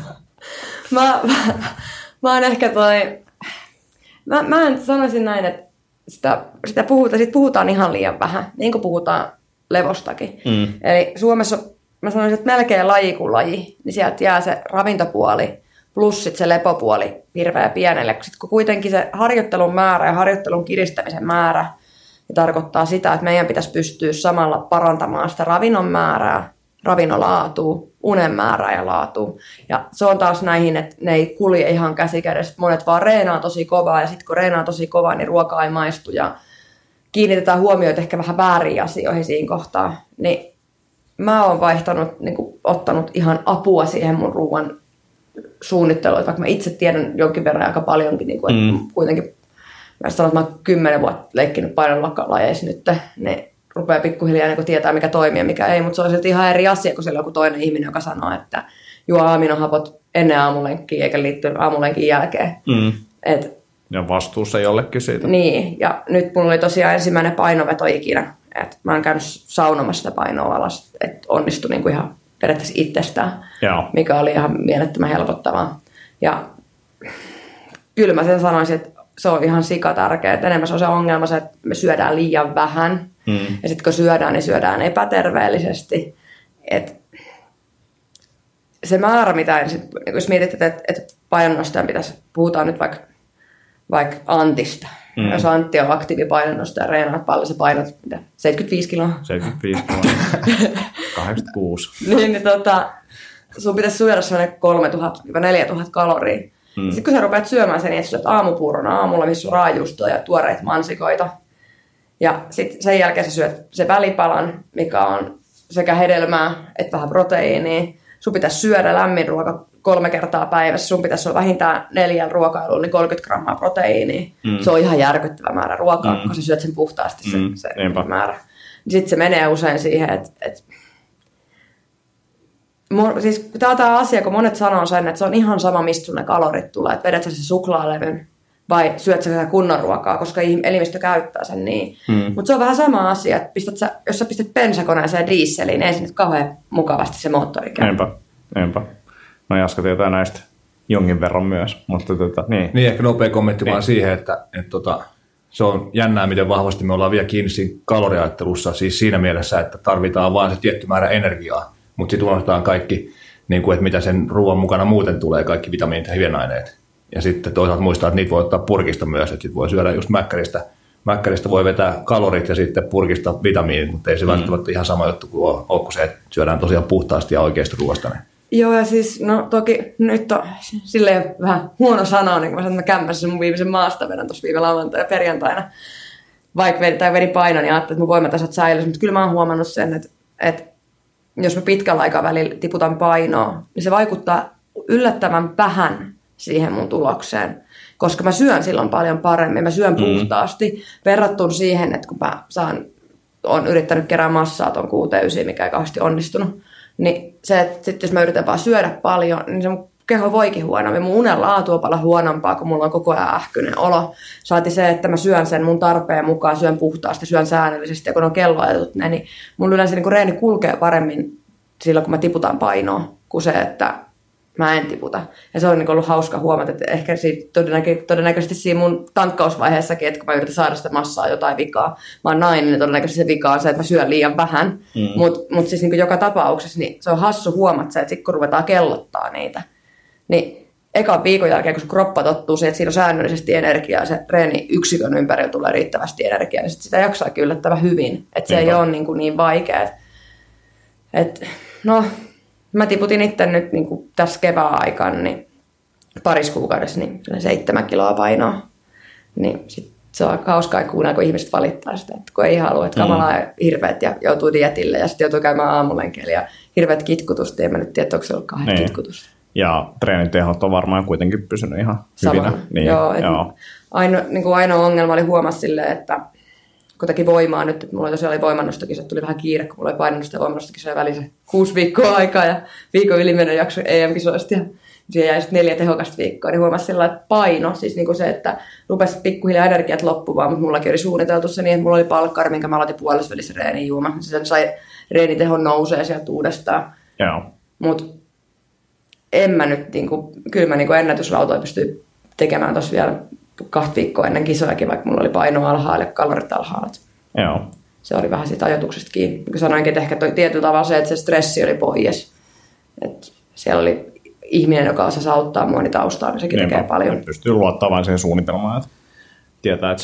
mä, mä, mä oon ehkä toi, mä, mä en sanoisin näin, että sitä, sitä puhutaan, sit puhutaan ihan liian vähän, niin kuin puhutaan levostakin. Mm. Eli Suomessa mä sanoisin, että melkein laji kuin laji, niin sieltä jää se ravintopuoli plus sit se lepopuoli hirveän pienelle. Sitten kun kuitenkin se harjoittelun määrä ja harjoittelun kiristämisen määrä niin tarkoittaa sitä, että meidän pitäisi pystyä samalla parantamaan sitä ravinnon määrää ravinnon laatua, unen määrää ja laatua. Ja se on taas näihin, että ne ei kulje ihan käsikädessä. Monet vaan reenaa tosi kovaa ja sitten kun reenaa tosi kovaa, niin ruoka ei maistu ja kiinnitetään huomioita ehkä vähän väärin asioihin siinä kohtaa. Niin mä oon vaihtanut, niin kuin, ottanut ihan apua siihen mun ruoan suunnitteluun. Vaikka mä itse tiedän jonkin verran aika paljonkin, niin kuin, että mm. kuitenkin mä sanon, että mä oon kymmenen vuotta leikkinyt painonluokkalajeissa nyt, niin rupeaa pikkuhiljaa niin tietää, mikä toimii ja mikä ei, mutta se on silti ihan eri asia kuin siellä joku toinen ihminen, joka sanoo, että juo aminohapot ennen aamulenkkiä eikä liitty aamulenkin jälkeen. Mm. Et, ja vastuussa jollekin siitä. Niin, ja nyt mulla oli tosiaan ensimmäinen painoveto ikinä, että mä oon käynyt saunomassa sitä painoa alas, että onnistui niin kuin ihan periaatteessa itsestään, Joo. mikä oli ihan mielettömän helpottavaa. Ja kyllä mä sen sanoisin, että se on ihan sikatärkeä, että enemmän se on se ongelma se, että me syödään liian vähän. Mm. Ja sitten kun syödään, niin syödään epäterveellisesti. Et se määrä, mitä ensin, jos mietit, että, että painonnostajan pitäisi, puhutaan nyt vaikka, vaikka Antista. Mm. Jos Antti on aktiivipainonnostaja ja reenaat paljon, sä painat mitä, seitsemänkymmentäviisi kiloa? seitsemänkymmentäviisi kiloa, kahdeksankymmentäkuusi. niin, niin tota, sun pitäisi syödä sellainen kolmetuhatta neljä tuhatta kaloria. Mm. Sitten kun sä rupeat syömään sen, niin että syöt aamupuurona aamulla, missä on raajuustoa ja tuoreita mansikoita. Ja sitten sen jälkeen sä syöt se välipalan, mikä on sekä hedelmää että vähän proteiinia. Sun pitäisi syödä lämmin ruoka kolme kertaa päivässä. Sun pitäisi olla vähintään neljän ruokailuun niin kolmekymmentä grammaa proteiinia. Mm. Se on ihan järkyttävä määrä ruokaa, mm. kun sä syöt sen puhtaasti se, mm. se määrä. Sitten se menee usein siihen, että... Et, siis tämä on tämä asia, kun monet sanoo sen, että se on ihan sama, mistä sun ne kalorit tulee. Että vedät sä se suklaalevyn vai syöt sä sitä kunnon ruokaa, koska elimistö käyttää sen niin. Mm. Mutta se on vähän sama asia, että pistät sä, jos sä pistät bensakoneeseen dieseliin, niin ei se nyt kauhean mukavasti se moottori käy. Eipä, eipä. No Jaska tietää näistä jonkin verran myös, mutta tota, niin. Niin, ehkä nopea kommentti niin. vaan siihen, että, että tota, se on jännää, miten vahvasti me ollaan vielä kiinni siinä kaloriaajattelussa, siis siinä mielessä, että tarvitaan vain se tietty määrä energiaa, mutta sitten unohdetaan kaikki, niin kuin, että mitä sen ruoan mukana muuten tulee, kaikki vitamiinit ja hivenaineet. Ja sitten toisaalta muistaa, että niitä voi ottaa purkista myös, että sit voi syödä just mäkkäristä. Mäkkäristä voi vetää kalorit ja sitten purkista vitamiinit, mutta ei se mm. välttämättä ihan sama juttu kuin on, kuin se, että syödään tosiaan puhtaasti ja oikeasta ruoasta. Joo, ja siis no toki nyt on silleen vähän huono sanoa, niin kun mä sanoin, että mä kämpäsin mun viimeisen maastavedon tuossa viime lauantaina ja perjantaina. Vaikka vedin, tai vedin painon ja ajattelin, että mun voimatasot säilyisi, mutta kyllä mä oon huomannut sen, että, että jos mä pitkällä aikavälillä tiputan painoa, niin se vaikuttaa yllättävän vähän siihen mun tulokseen, koska mä syön silloin paljon paremmin, mä syön puhtaasti mm. verrattuna siihen, että kun mä saan, oon yrittänyt kerää massaa ton kuuteysiin, mikä ei kauheasti onnistunut, niin se, että sit jos mä yritän vaan syödä paljon, niin se mun keho voikin huonommin, mun unen laatu on paljon huonompaa, kun mulla on koko ajan ähkyinen olo. Saati se, että mä syön sen mun tarpeen mukaan, syön puhtaasti, syön säännöllisesti, ja kun on kelloajatut ne, niin mun yleensä niin reeni kulkee paremmin silloin, kun mä tiputan painoa, kuin se, että mä en tiputa. Ja se on niin ollut hauska huomata, että ehkä siitä todennäkö- todennäköisesti siinä mun tankkausvaiheessakin, että kun mä yritän saada sitä massaa jotain vikaa, mä oon nainen, niin todennäköisesti se vika on se, että mä syön liian vähän. Mm. Mutta mut siis niin joka tapauksessa niin se on hassu huomata se, että sitten kun ruvetaan kellottaa niitä, niin ekan viikon jälkeen, kun sun kroppa tottuu siihen, että siinä on säännöllisesti energiaa ja se treeni yksikön ympärillä tulee riittävästi energiaa, niin sit sitä jaksaa yllättävän hyvin. Että se ei ole niin, niin vaikea. Et, no... Mä tiputin itse nyt niin kuin tässä kevään aikana niin parissa kuukaudessa niin seitsemän kiloa painoa. Niin sit se on aika hauskaa kuunnella, kun ihmiset valittaa sitä, että kun ei halua, että kamalaa mm. hirveät ja joutuu dietille ja sitten joutuu käymään aamulenkellä ja hirveät kitkutusta. En mä nyt tiedä, onko se ollut kahden niin. kitkutusta. Ja treenitehot on varmaan kuitenkin pysynyt ihan hyvinä. Niin, joo, joo. Aino, niin kuin ainoa ongelma oli huomata silleen, että kun teki voimaa nyt, että mulla tosiaan oli voimannostokisoja, tuli vähän kiire, kun mulla oli painonnosto ja voimannostokisoja välissä kuusi viikkoa aikaa ja viikon ylimenen jakso E M-kisoista ja siihen jäi sitten neljä tehokasta viikkoa, niin huomasi sillä että paino, siis niin kuin se, että rupesi pikkuhiljaa energiat loppumaan, mutta mullakin oli suunniteltu se niin, että mulla oli palkkari, minkä mä aloitin puolesvälissä reeniin juoma. Sen sai reenitehon nousee sieltä uudestaan. Mutta en mä nyt, niin kuin, kyllä mä niin ennätyslautoja pystyin tekemään tuossa vielä kahta viikkoa ennen kisojakin, vaikka mulla oli paino alhaalla ja kalorit alhaalla. Joo. Se oli vähän siitä ajatuksesta kiinni. Kun sanoinkin, että ehkä toi tietyllä tavalla se, että se stressi oli pois. Että siellä oli ihminen, joka osasi auttaa mua niin taustaa, niin sekin Niinpä. tekee paljon. Pystyy luottamaan siihen suunnitelmaan, että tietää, että se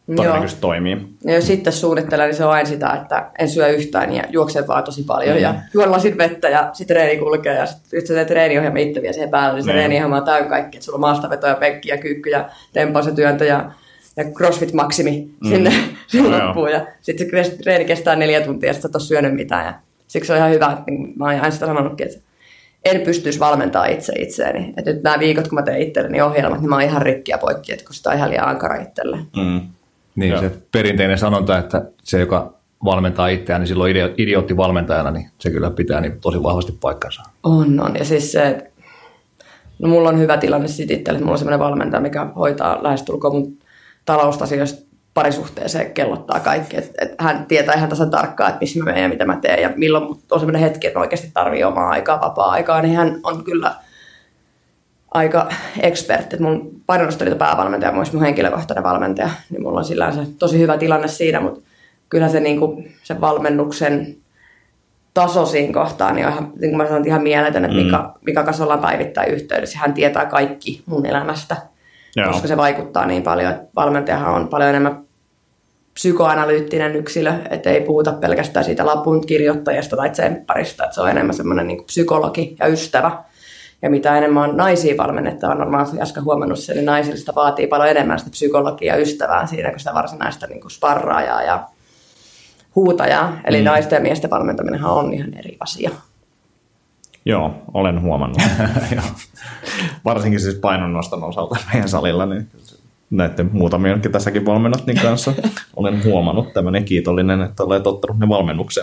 todennäköisesti toimii. Ja jos sitten suunnittelen, niin se on aina sitä, että en syö yhtään ja juoksen vaan tosi paljon mm. ja juon lasin vettä ja sitten treeni kulkee ja sitten se treeniohjelma itse vie siihen päälle, niin se treeniohjelma on täynnä kaikki, että sulla on maastaveto ja penkki ja kyykky ja tempaus ja työntö ja, ja crossfit-maksimi mm. sinne, sinne no, loppuun ja sitten se treeni kestää neljä tuntia ja sitten sä et ole syönyt mitään ja siksi on ihan hyvä, että niin, mä oon aina sitä sanonutkin, että en pystyisi valmentaa itse itseäni. Et nyt nämä viikot, kun mä teen itselleni ohjelmat, niin mä oon ihan rikki ja poikki, että kun sitä on ihan liian ankara itselle. Mm. Niin, ja se perinteinen sanonta, että se, joka valmentaa itseään, niin silloin idiootti valmentajana, niin se kyllä pitää niin tosi vahvasti paikkansa. On, on. Ja siis se, no mulla on hyvä tilanne siitä itselle, että mulla on sellainen valmentaja, mikä hoitaa lähestulkoon mun taloustasioista parisuhteeseen, kellottaa kaikki. Et, et hän tietää ihan tasan tarkkaan, että missä mä menen ja mitä mä teen ja milloin on sellainen hetki, että oikeasti tarvii omaa aikaa, vapaa-aikaa, niin hän on kyllä aika ekspertti. Mun painonnostoliiton päävalmentaja, myös mun henkilökohtainen valmentaja, niin mulla on sillä se tosi hyvä tilanne siinä, mutta kyllä se, niin kuin, se valmennuksen taso siinä kohtaa, niin on ihan, niin kuin mä sanon, ihan mieletön, että Mika, mm. Mika kanssa ollaan päivittäin yhteydessä. Hän tietää kaikki mun elämästä, Joo. koska se vaikuttaa niin paljon. Valmentajahan on paljon enemmän psykoanalyyttinen yksilö, että ei puhuta pelkästään siitä lapun kirjoittajasta tai tsempparista, että se on enemmän semmoinen niin kuin psykologi ja ystävä. Ja mitä enemmän on naisia valmennetta, on normaalisti äsken huomannut sen, niin naisillista vaatii paljon enemmän sitä psykologiaa ja ystävää siinä, kuin sitä varsinaista niin kuin sparraajaa ja huutajaa. Eli mm. naisten ja miesten valmentaminenhan on ihan eri asia. Joo, olen huomannut. Varsinkin siis painonnoston osalta meidän salilla, niin näiden muutamionkin tässäkin valmennotnin kanssa olen huomannut tämmöinen kiitollinen, että olen tottunut ne valmennukseen.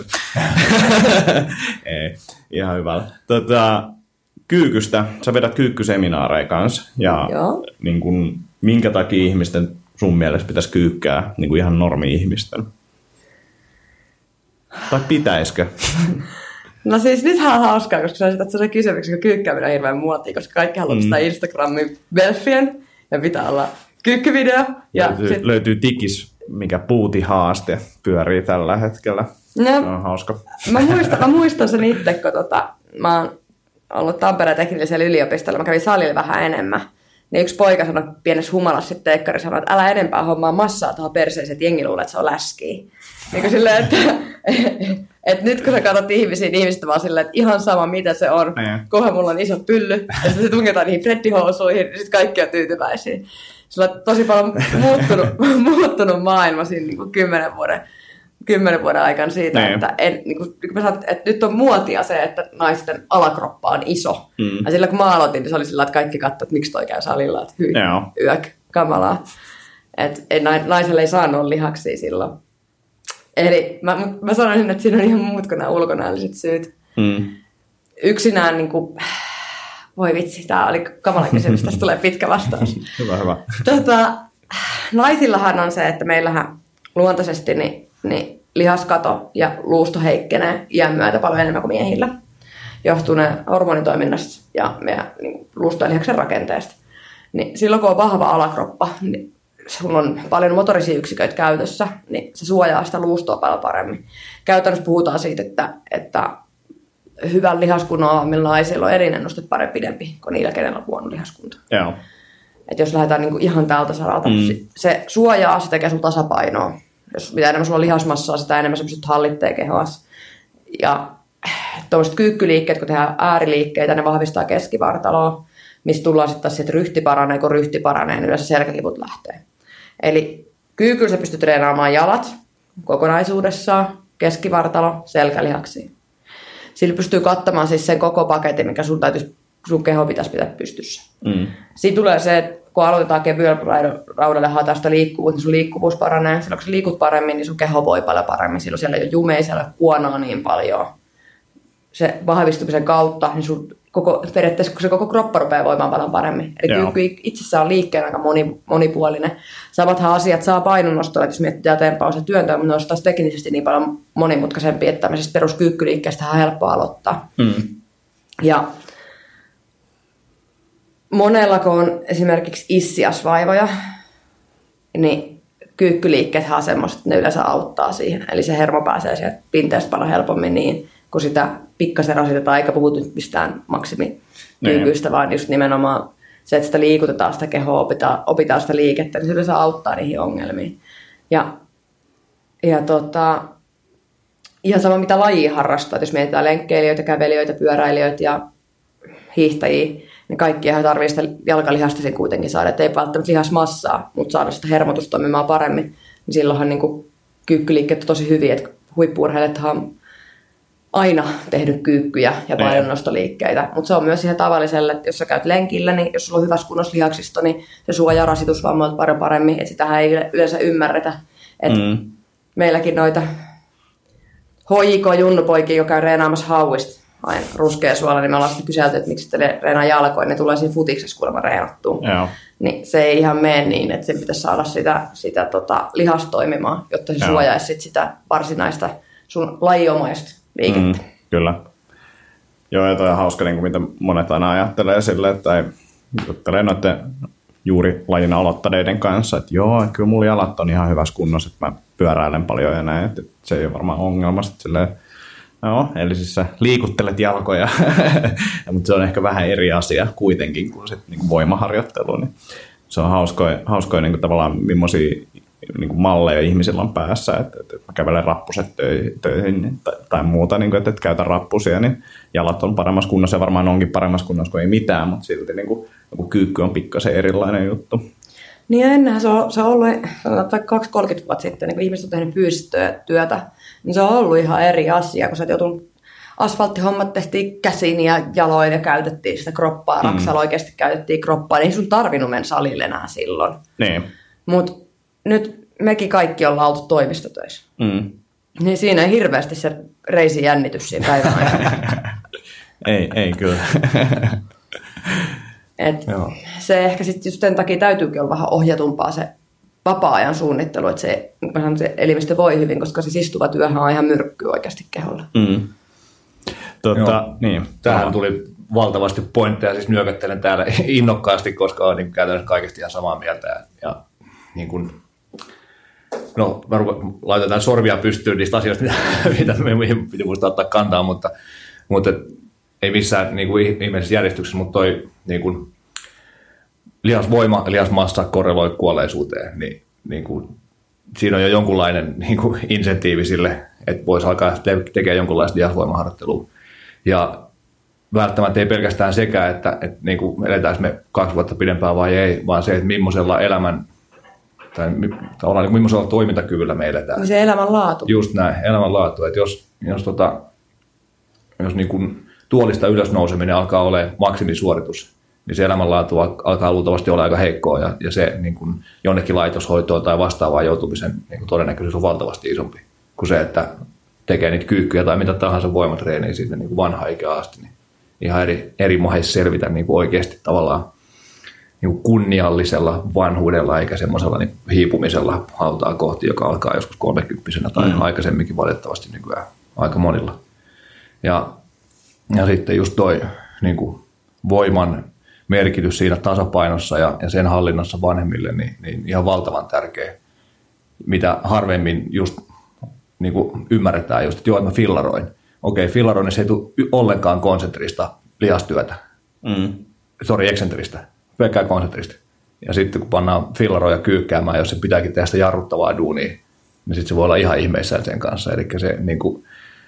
Ei, ihan hyvä. Tota, kyykystä, sä vedät kyykkyseminaareja kanssa, ja niin kun, minkä takia ihmisten sun mielestä pitäisi kyykkää niin kuin ihan normi-ihmisten? Tai pitäisikö? No siis nythän on hauskaa, koska sä esität sellainen kysymyksen, kun kyykkääminen on hirveän muotia, koska kaikki haluaa sitä mm. Instagramin belfien ja pitää olla kyykkyvideo. Ja löytyy, sit... löytyy tikis, mikä puutihaaste pyörii tällä hetkellä. No, se on hauska. Mä muistan, mä muistan sen itse, kun tota, mä oon ollut Tampereen teknillisellä yliopistolla, mä kävin salilla vähän enemmän. Niin yksi poika sanoi pienessä humalassa sitten teekkari sanoi, että älä enempää hommaa massaa tuohon perseeseen, että jengi luulee, että se on läskiä. Niin kuin silleen, että, että nyt kun sä katsot ihmisiä, niin ihmiset vaan silleen, että ihan sama mitä se on. Kohan mulla on iso pylly, ja se tungetaan niihin frettihousuihin, niin sitten kaikki on tyytyväisiä. Sillä on tosi paljon muuttunut, muuttunut maailma siinä niin kuin kymmenen vuoden kymmenen vuoden aikana siitä, ne. että, en, niin kuin, mä sanon, että nyt on muotia se, että naisten alakroppa on iso. Mm. Ja sillä kun mä aloitin, niin se oli sillä, että kaikki katsoivat, että miksi toi käy salilla, että hyi, yök, kamalaa. Että naiselle ei saanut olla lihaksia silloin. Eli mä, mä sanoisin, että siinä on ihan muut kuin nämä ulkonäölliset syyt. Mm. Yksinään, niin kuin, voi vitsi, tämä oli kamala kysymys, tästä tulee pitkä vastaus. Hyvä, hyvä. Tota, naisillahan on se, että meillähän luontaisesti niin niin lihaskato ja luusto heikkenee iän myötä paljon enemmän kuin miehillä. Johtuu ne hormonitoiminnasta ja meidän niin luusto- ja lihaksen rakenteesta. Niin silloin kun on vahva alakroppa, niin sulla on paljon motorisia yksiköitä käytössä, niin se suojaa sitä luustoa paljon paremmin. Käytännössä puhutaan siitä, että, että hyvän lihaskunnon naisilla on elinennuste paljon pidempi kuin niillä, kenellä on huono lihaskunto. Joo. Et jos lähdetään niin kuin ihan tältä saralta, mm. se suojaa, se tekee sun tasapainoa. Jos mitä enemmän sulla on lihasmassaa, sitä enemmän sä pystyt hallitteen kehoas. Ja tuollaiset kyykkyliikkeet, kun tehdään ääriliikkeitä, ne vahvistaa keskivartaloa, mistä tullaan sitten taas, että ryhti paranee, kun ryhti paranee, niin yleensä selkäkivut lähtee. Eli kyykyllä sä pystyt treenaamaan jalat kokonaisuudessaan, keskivartalo, selkälihaksia. Sillä pystyy kattamaan siis sen koko paketin, mikä sun, täytyisi, sun keho pitäisi pitää pystyssä. Mm. Siinä tulee se, että kun aloitetaan kevyellä raudalle hatasta liikkuvuutta, niin sun liikkuvuus paranee. Silloin kun sä liikut paremmin, niin sun keho voi paljon paremmin. Silloin siellä ei ole jumeja, siellä ei ole kuonaa niin paljon. Se vahvistumisen kautta, niin sun koko, periaatteessa kun se koko kroppa rupeaa voimaan paljon paremmin. Eli kyykky itsessään on liikkeen aika moni, monipuolinen. Samathan asiat saa painonnostolla, että jos miettii tempaus ja työntöä, mutta ne on taas teknisesti niin paljon monimutkaisempia, että tämmöisestä peruskyykkyliikkeestä on helppo aloittaa. Mm. Ja monella, kun on esimerkiksi issiasvaivoja, niin kyykkyliikkeethän on semmoiset, että ne yleensä auttaa siihen. Eli se hermo pääsee sieltä pinteestä paljon helpommin niin, kun sitä pikkasen rasitetaan, eikä puhuta nyt mistään maksimikyykyistä, vaan just nimenomaan se, että sitä liikutetaan sitä kehoa, opitaan, opitaan sitä liikettä, niin se yleensä auttaa niihin ongelmiin. Ja, ja tota, ihan sama mitä lajia harrastaa, että jos mietitään lenkkeilijöitä, kävelijöitä, pyöräilijöitä ja hiihtäjiä, niin kaikkia tarvitsee sitä jalkalihasta sen kuitenkin saada, että ei välttämättä lihasmassaa, mutta saada sitä hermotusta toimimaan paremmin, niin silloinhan niin kuin kyykkyliikkeet on tosi hyviä, että huippu-urheilijathan on aina tehnyt kyykkyjä ja painonnostoliikkeitä, mutta se on myös ihan tavalliselle, että jos sä käyt lenkillä, niin jos sulla on hyvässä kunnossa lihaksisto, niin se suojaa rasitusvammoilta paljon paremmin, että sitähän ei yleensä ymmärretä. Että mm. meilläkin noita H J K-junnupoikia, joka käy reenaamassa hauista, aina ruskea suola, niin me ollaan sitten kyselty, että miksi te reenaa jalkoin, ne tulee siinä futiksessa kuulemma reenattua. Joo. Niin se ei ihan mene niin, että sen pitäisi saada sitä, sitä tota, lihasta toimimaan, jotta se Joo. suojaisi sit sitä varsinaista sun lajiomaista liikettä. Mm, kyllä. Joo, ja toi on hauska, niin kuin mitä monet aina ajattelee silleen, että ei juttelee noiden juuri lajin aloittaneiden kanssa, että joo, kyllä mulla jalat on ihan hyvässä kunnossa, että mä pyöräilen paljon ja näin, että se ei ole varmaan ongelma. Silleen, no, eli siis sä liikuttelet jalkoja, mutta se on ehkä vähän eri asia kuitenkin kuin sit niin kuin voimaharjoittelu. Niin se on hauskoja, hauskoja niin kuin tavallaan millaisia niin kuin malleja ihmisillä on päässä, että, että mä kävelen rappuset töihin tai, tai muuta, niin kuin, että, että käytän rappusia, niin jalat on paremmassa kunnossa ja varmaan onkin paremmassa kunnossa kuin ei mitään, mutta silti niin kuin, joku kyykky on pikkasen erilainen juttu. Niin ja ennenhän se on, se on ollut, sanotaan vaikka kaksikymmentä kolmekymmentä vuotta sitten, niin kun ihmiset on tehnyt fyysistä työtä, niin se on ollut ihan eri asia, kun sä et joutunut, asfalttihommat tehtiin käsin ja jaloin ja käytettiin sitä kroppaa, mm. raksalla oikeasti käytettiin kroppaa, niin ei sun tarvinnut mennä salille enää silloin. Niin. Mutta nyt mekin kaikki ollaan oltu toimistotöissä. Mm. Niin siinä ei hirveästi se reisin jännitys siinä päivän aikana. ei, ei kyllä. Et se ehkä sitten just sen takia täytyykin olla vähän ohjatumpaa se vapaa-ajan suunnittelu, että se, se elimistö voi hyvin, koska se istuva työhän on ihan myrkky oikeasti keholla. Mm. Tota, niin. Tähän tuli valtavasti pointteja, siis nyököttelen täällä innokkaasti, koska olen niin käytännössä kaikesta ihan samaa mieltä. Ja, ja niin kuin, no, mä laitetaan sorvia pystyyn niistä asioista, mitä me piti muistaa ottaa kantaa, mutta, mutta ei missään niin kuin ihmeellisessä järjestyksessä, mutta toi niin kuin, lihasvoima ja lihasmassa korreloi kuolleisuuteen, niin, niin kuin, siinä on jo jonkunlainen niin kuin insentiivi sille, että voisi alkaa tekemään jonkunlaista lihasvoimaharjoittelua. Ja välttämättä ei pelkästään sekä, että, että niin kuin eletäänkö me kaksi vuotta pidempään vai ei, vaan se, että millaisella elämän tai tavallaan niin millaisella toimintakyvyllä me eletään. Se elämänlaatu. Just näin, elämänlaatu. Että jos, jos, tota, jos niin kuin tuolista ylösnouseminen alkaa olemaan maksimisuoritus, niin se elämänlaatu alkaa luultavasti olla aika heikkoa ja, ja se niin kuin jonnekin laitoshoitoon tai vastaavaan joutumisen niin kuin todennäköisyys on valtavasti isompi kuin se, että tekee niitä kyykkyjä tai mitä tahansa voimatreeniä siitä niin kuin vanhaan ikään asti. Niin ihan eri, eri mahdollisuus selvitä niin kuin oikeasti tavallaan niin kuin kunniallisella vanhuudella eikä semmoisella niin hiipumisella hautaa kohti, joka alkaa joskus kolmekymppisenä tai mm. aikaisemminkin valitettavasti nykyään aika monilla. Ja, ja sitten just toi niin kuin voiman merkitys siinä tasapainossa ja, ja sen hallinnassa vanhemmille, niin, niin ihan valtavan tärkeä, mitä harvemmin just niin kuin ymmärretään just, että joo, että mä fillaroin. Okei, fillaroinnissa ei tule ollenkaan konsentrista lihastyötä. Mm. Sori, eksentristä. Pelkkää konsentrista. Ja sitten kun pannaan fillaroja kyykkäämään, jos se pitääkin tehdä sitä jarruttavaa duunia, niin sitten se voi olla ihan ihmeissään sen kanssa. Eli se niin kuin,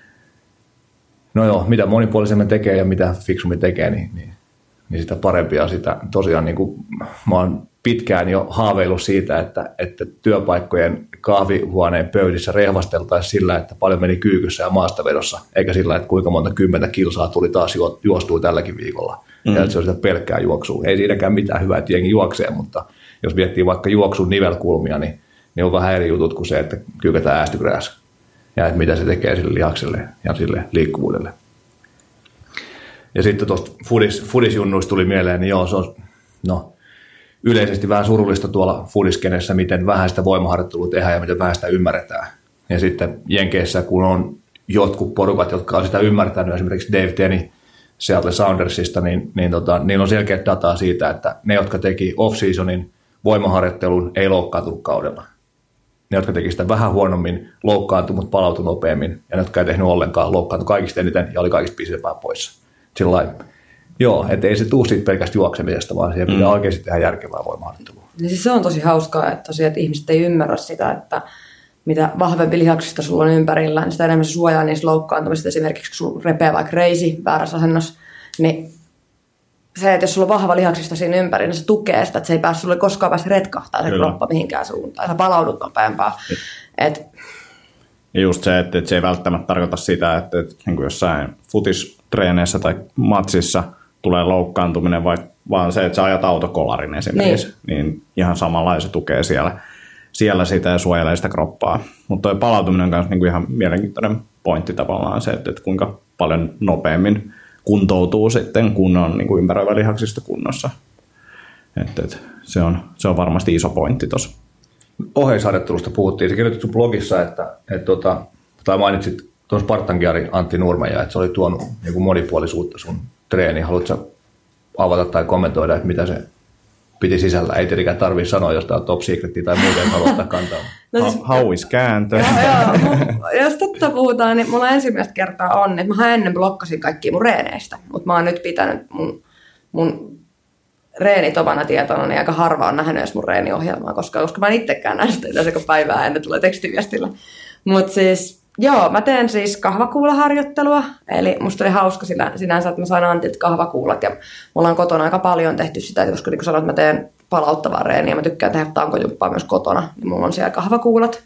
no joo, mitä monipuolisemmin tekee ja mitä fiksummin tekee, niin, niin, niin sitä parempia sitä. Tosiaan niin kuin, mä oon pitkään jo haaveillut siitä, että, että työpaikkojen kahvihuoneen pöydissä rehvasteltaisiin sillä, että paljon meni kyykyssä ja maastavedossa, eikä sillä, että kuinka monta kymmentä kilsaa tuli taas juostua tälläkin viikolla. Mm. Ja että se on sitä pelkkää juoksua. Ei siinäkään mitään hyvää, että jengi juoksee, mutta jos miettii vaikka juoksun nivelkulmia, niin, niin on vähän eri jutut kuin se, että kyykätään äästykräässä. Ja että mitä se tekee sille lihakselle ja sille liikkuvuudelle. Ja sitten tuosta fudis, fudisjunnuista tuli mieleen, niin joo, se on no, yleisesti vähän surullista tuolla fudiskenessä, miten vähän sitä voimaharjoittelua tehdään ja miten vähän sitä ymmärretään. Ja sitten Jenkeissä, kun on jotkut porukat, jotka on sitä ymmärtänyt, esimerkiksi Dave Tenney Seattle Soundersista, niin, niin tota, niillä on selkeä dataa siitä, että ne, jotka teki off-seasonin voimaharjoittelun, ei loukkaantunut kaudella. Ne, jotka teki sitä vähän huonommin, loukkaantui, mutta palautui nopeammin. Ja ne, jotka ei tehnyt ollenkaan, loukkaantui kaikista eniten ja oli kaikista pisempään poissa. Sillain, joo, että ei se tule siitä pelkästään juoksemisesta, vaan siihen pitää mm. oikeasti tehdä järkevää voimaharjoittelua. Niin siis se on tosi hauskaa, että, tosiaan, että ihmiset ei ymmärrä sitä, että mitä vahvempi lihaksista sulla on ympärillä, niin sitä enemmän se suojaa niistä loukkaantumista. Esimerkiksi kun sulla repeää vaikka reisi väärässä asennossa, niin se, että jos sulla on vahva lihaksista siinä ympäri, niin se tukee sitä, että se ei pääse sulle koskaan päästä retkahtaa se kroppa mihinkään suuntaan. Sä palaudut nopeampaa. Et... Ja just se, että, että se ei välttämättä tarkoita sitä, että, että niin kuin jossain futistreeneissä tai matsissa tulee loukkaantuminen, vaan se, että sä ajat autokolarin esimerkiksi, niin, niin ihan samalla se tukee siellä, siellä sitä ja suojelee sitä kroppaa. Mutta tuo palautuminen on myös niin kuin ihan mielenkiintoinen pointti tavallaan se, että, että kuinka paljon nopeammin kuntoutuu sitten, kun on niin kuin ympäröivä lihaksista kunnossa. Että, että se, on, se on varmasti iso pointti tuossa. Oheisharjoittelusta puhuttiin. Se kirjoitit sun blogissa, että, että tota, tai mainitsit tuon Spartankiari Antti Nurmeja, että se oli tuonut niin kuin monipuolisuutta sun treeniin. Haluatko avata tai kommentoida, että mitä se piti sisällä? Ei tietenkään tarvitse sanoa jostain top secretia tai muuten haluaa kantaa. No siis, hauiskääntö. Joo, joo. Jos totta puhutaan, niin mulla ensimmäistä kertaa on, että mä ennen blokkasin kaikkia mun reeneistä, mutta mä oon nyt pitänyt mun, mun reenit omana tietona, niin aika harva on nähnyt edes mun reeniohjelmaa, koska, koska mä en itsekään nähnyt sitä, joka päivää ennen tulee tekstiviestillä. Mutta siis, joo, mä teen siis kahvakuulaharjoittelua, eli musta oli hauska sillä, sinänsä, että mä sain Antilta kahvakuulat, ja mulla on kotona aika paljon tehty sitä, koska niin kuin sanoin, että mä teen palauttavaa reeniä, mä tykkään tehdä tankojumppaa myös kotona, niin mulla on siellä kahvakuulat.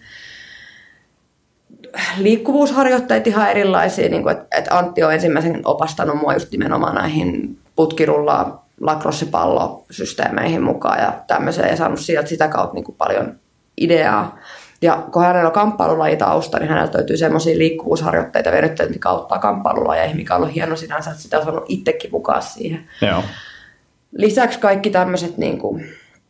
Liikkuvuusharjoitteet ihan erilaisia, niin kuin, että, että Antti on ensimmäisen opastanut mua just nimenomaan näihin putkirullaa, lacrossepallosysteemeihin mukaan ja tämmöiseen, ja saanut sieltä sitä kautta niin kuin paljon ideaa. Ja kun hänellä on kamppailulajitausta, niin häneltä löytyy semmoisia liikkuvuusharjoitteita venytteitä, mikä auttaa kamppailulajeihin, mikä on ollut hieno sinänsä, että sitä on saanut itsekin mukaan siihen. Joo. Lisäksi kaikki tämmöiset niin kuin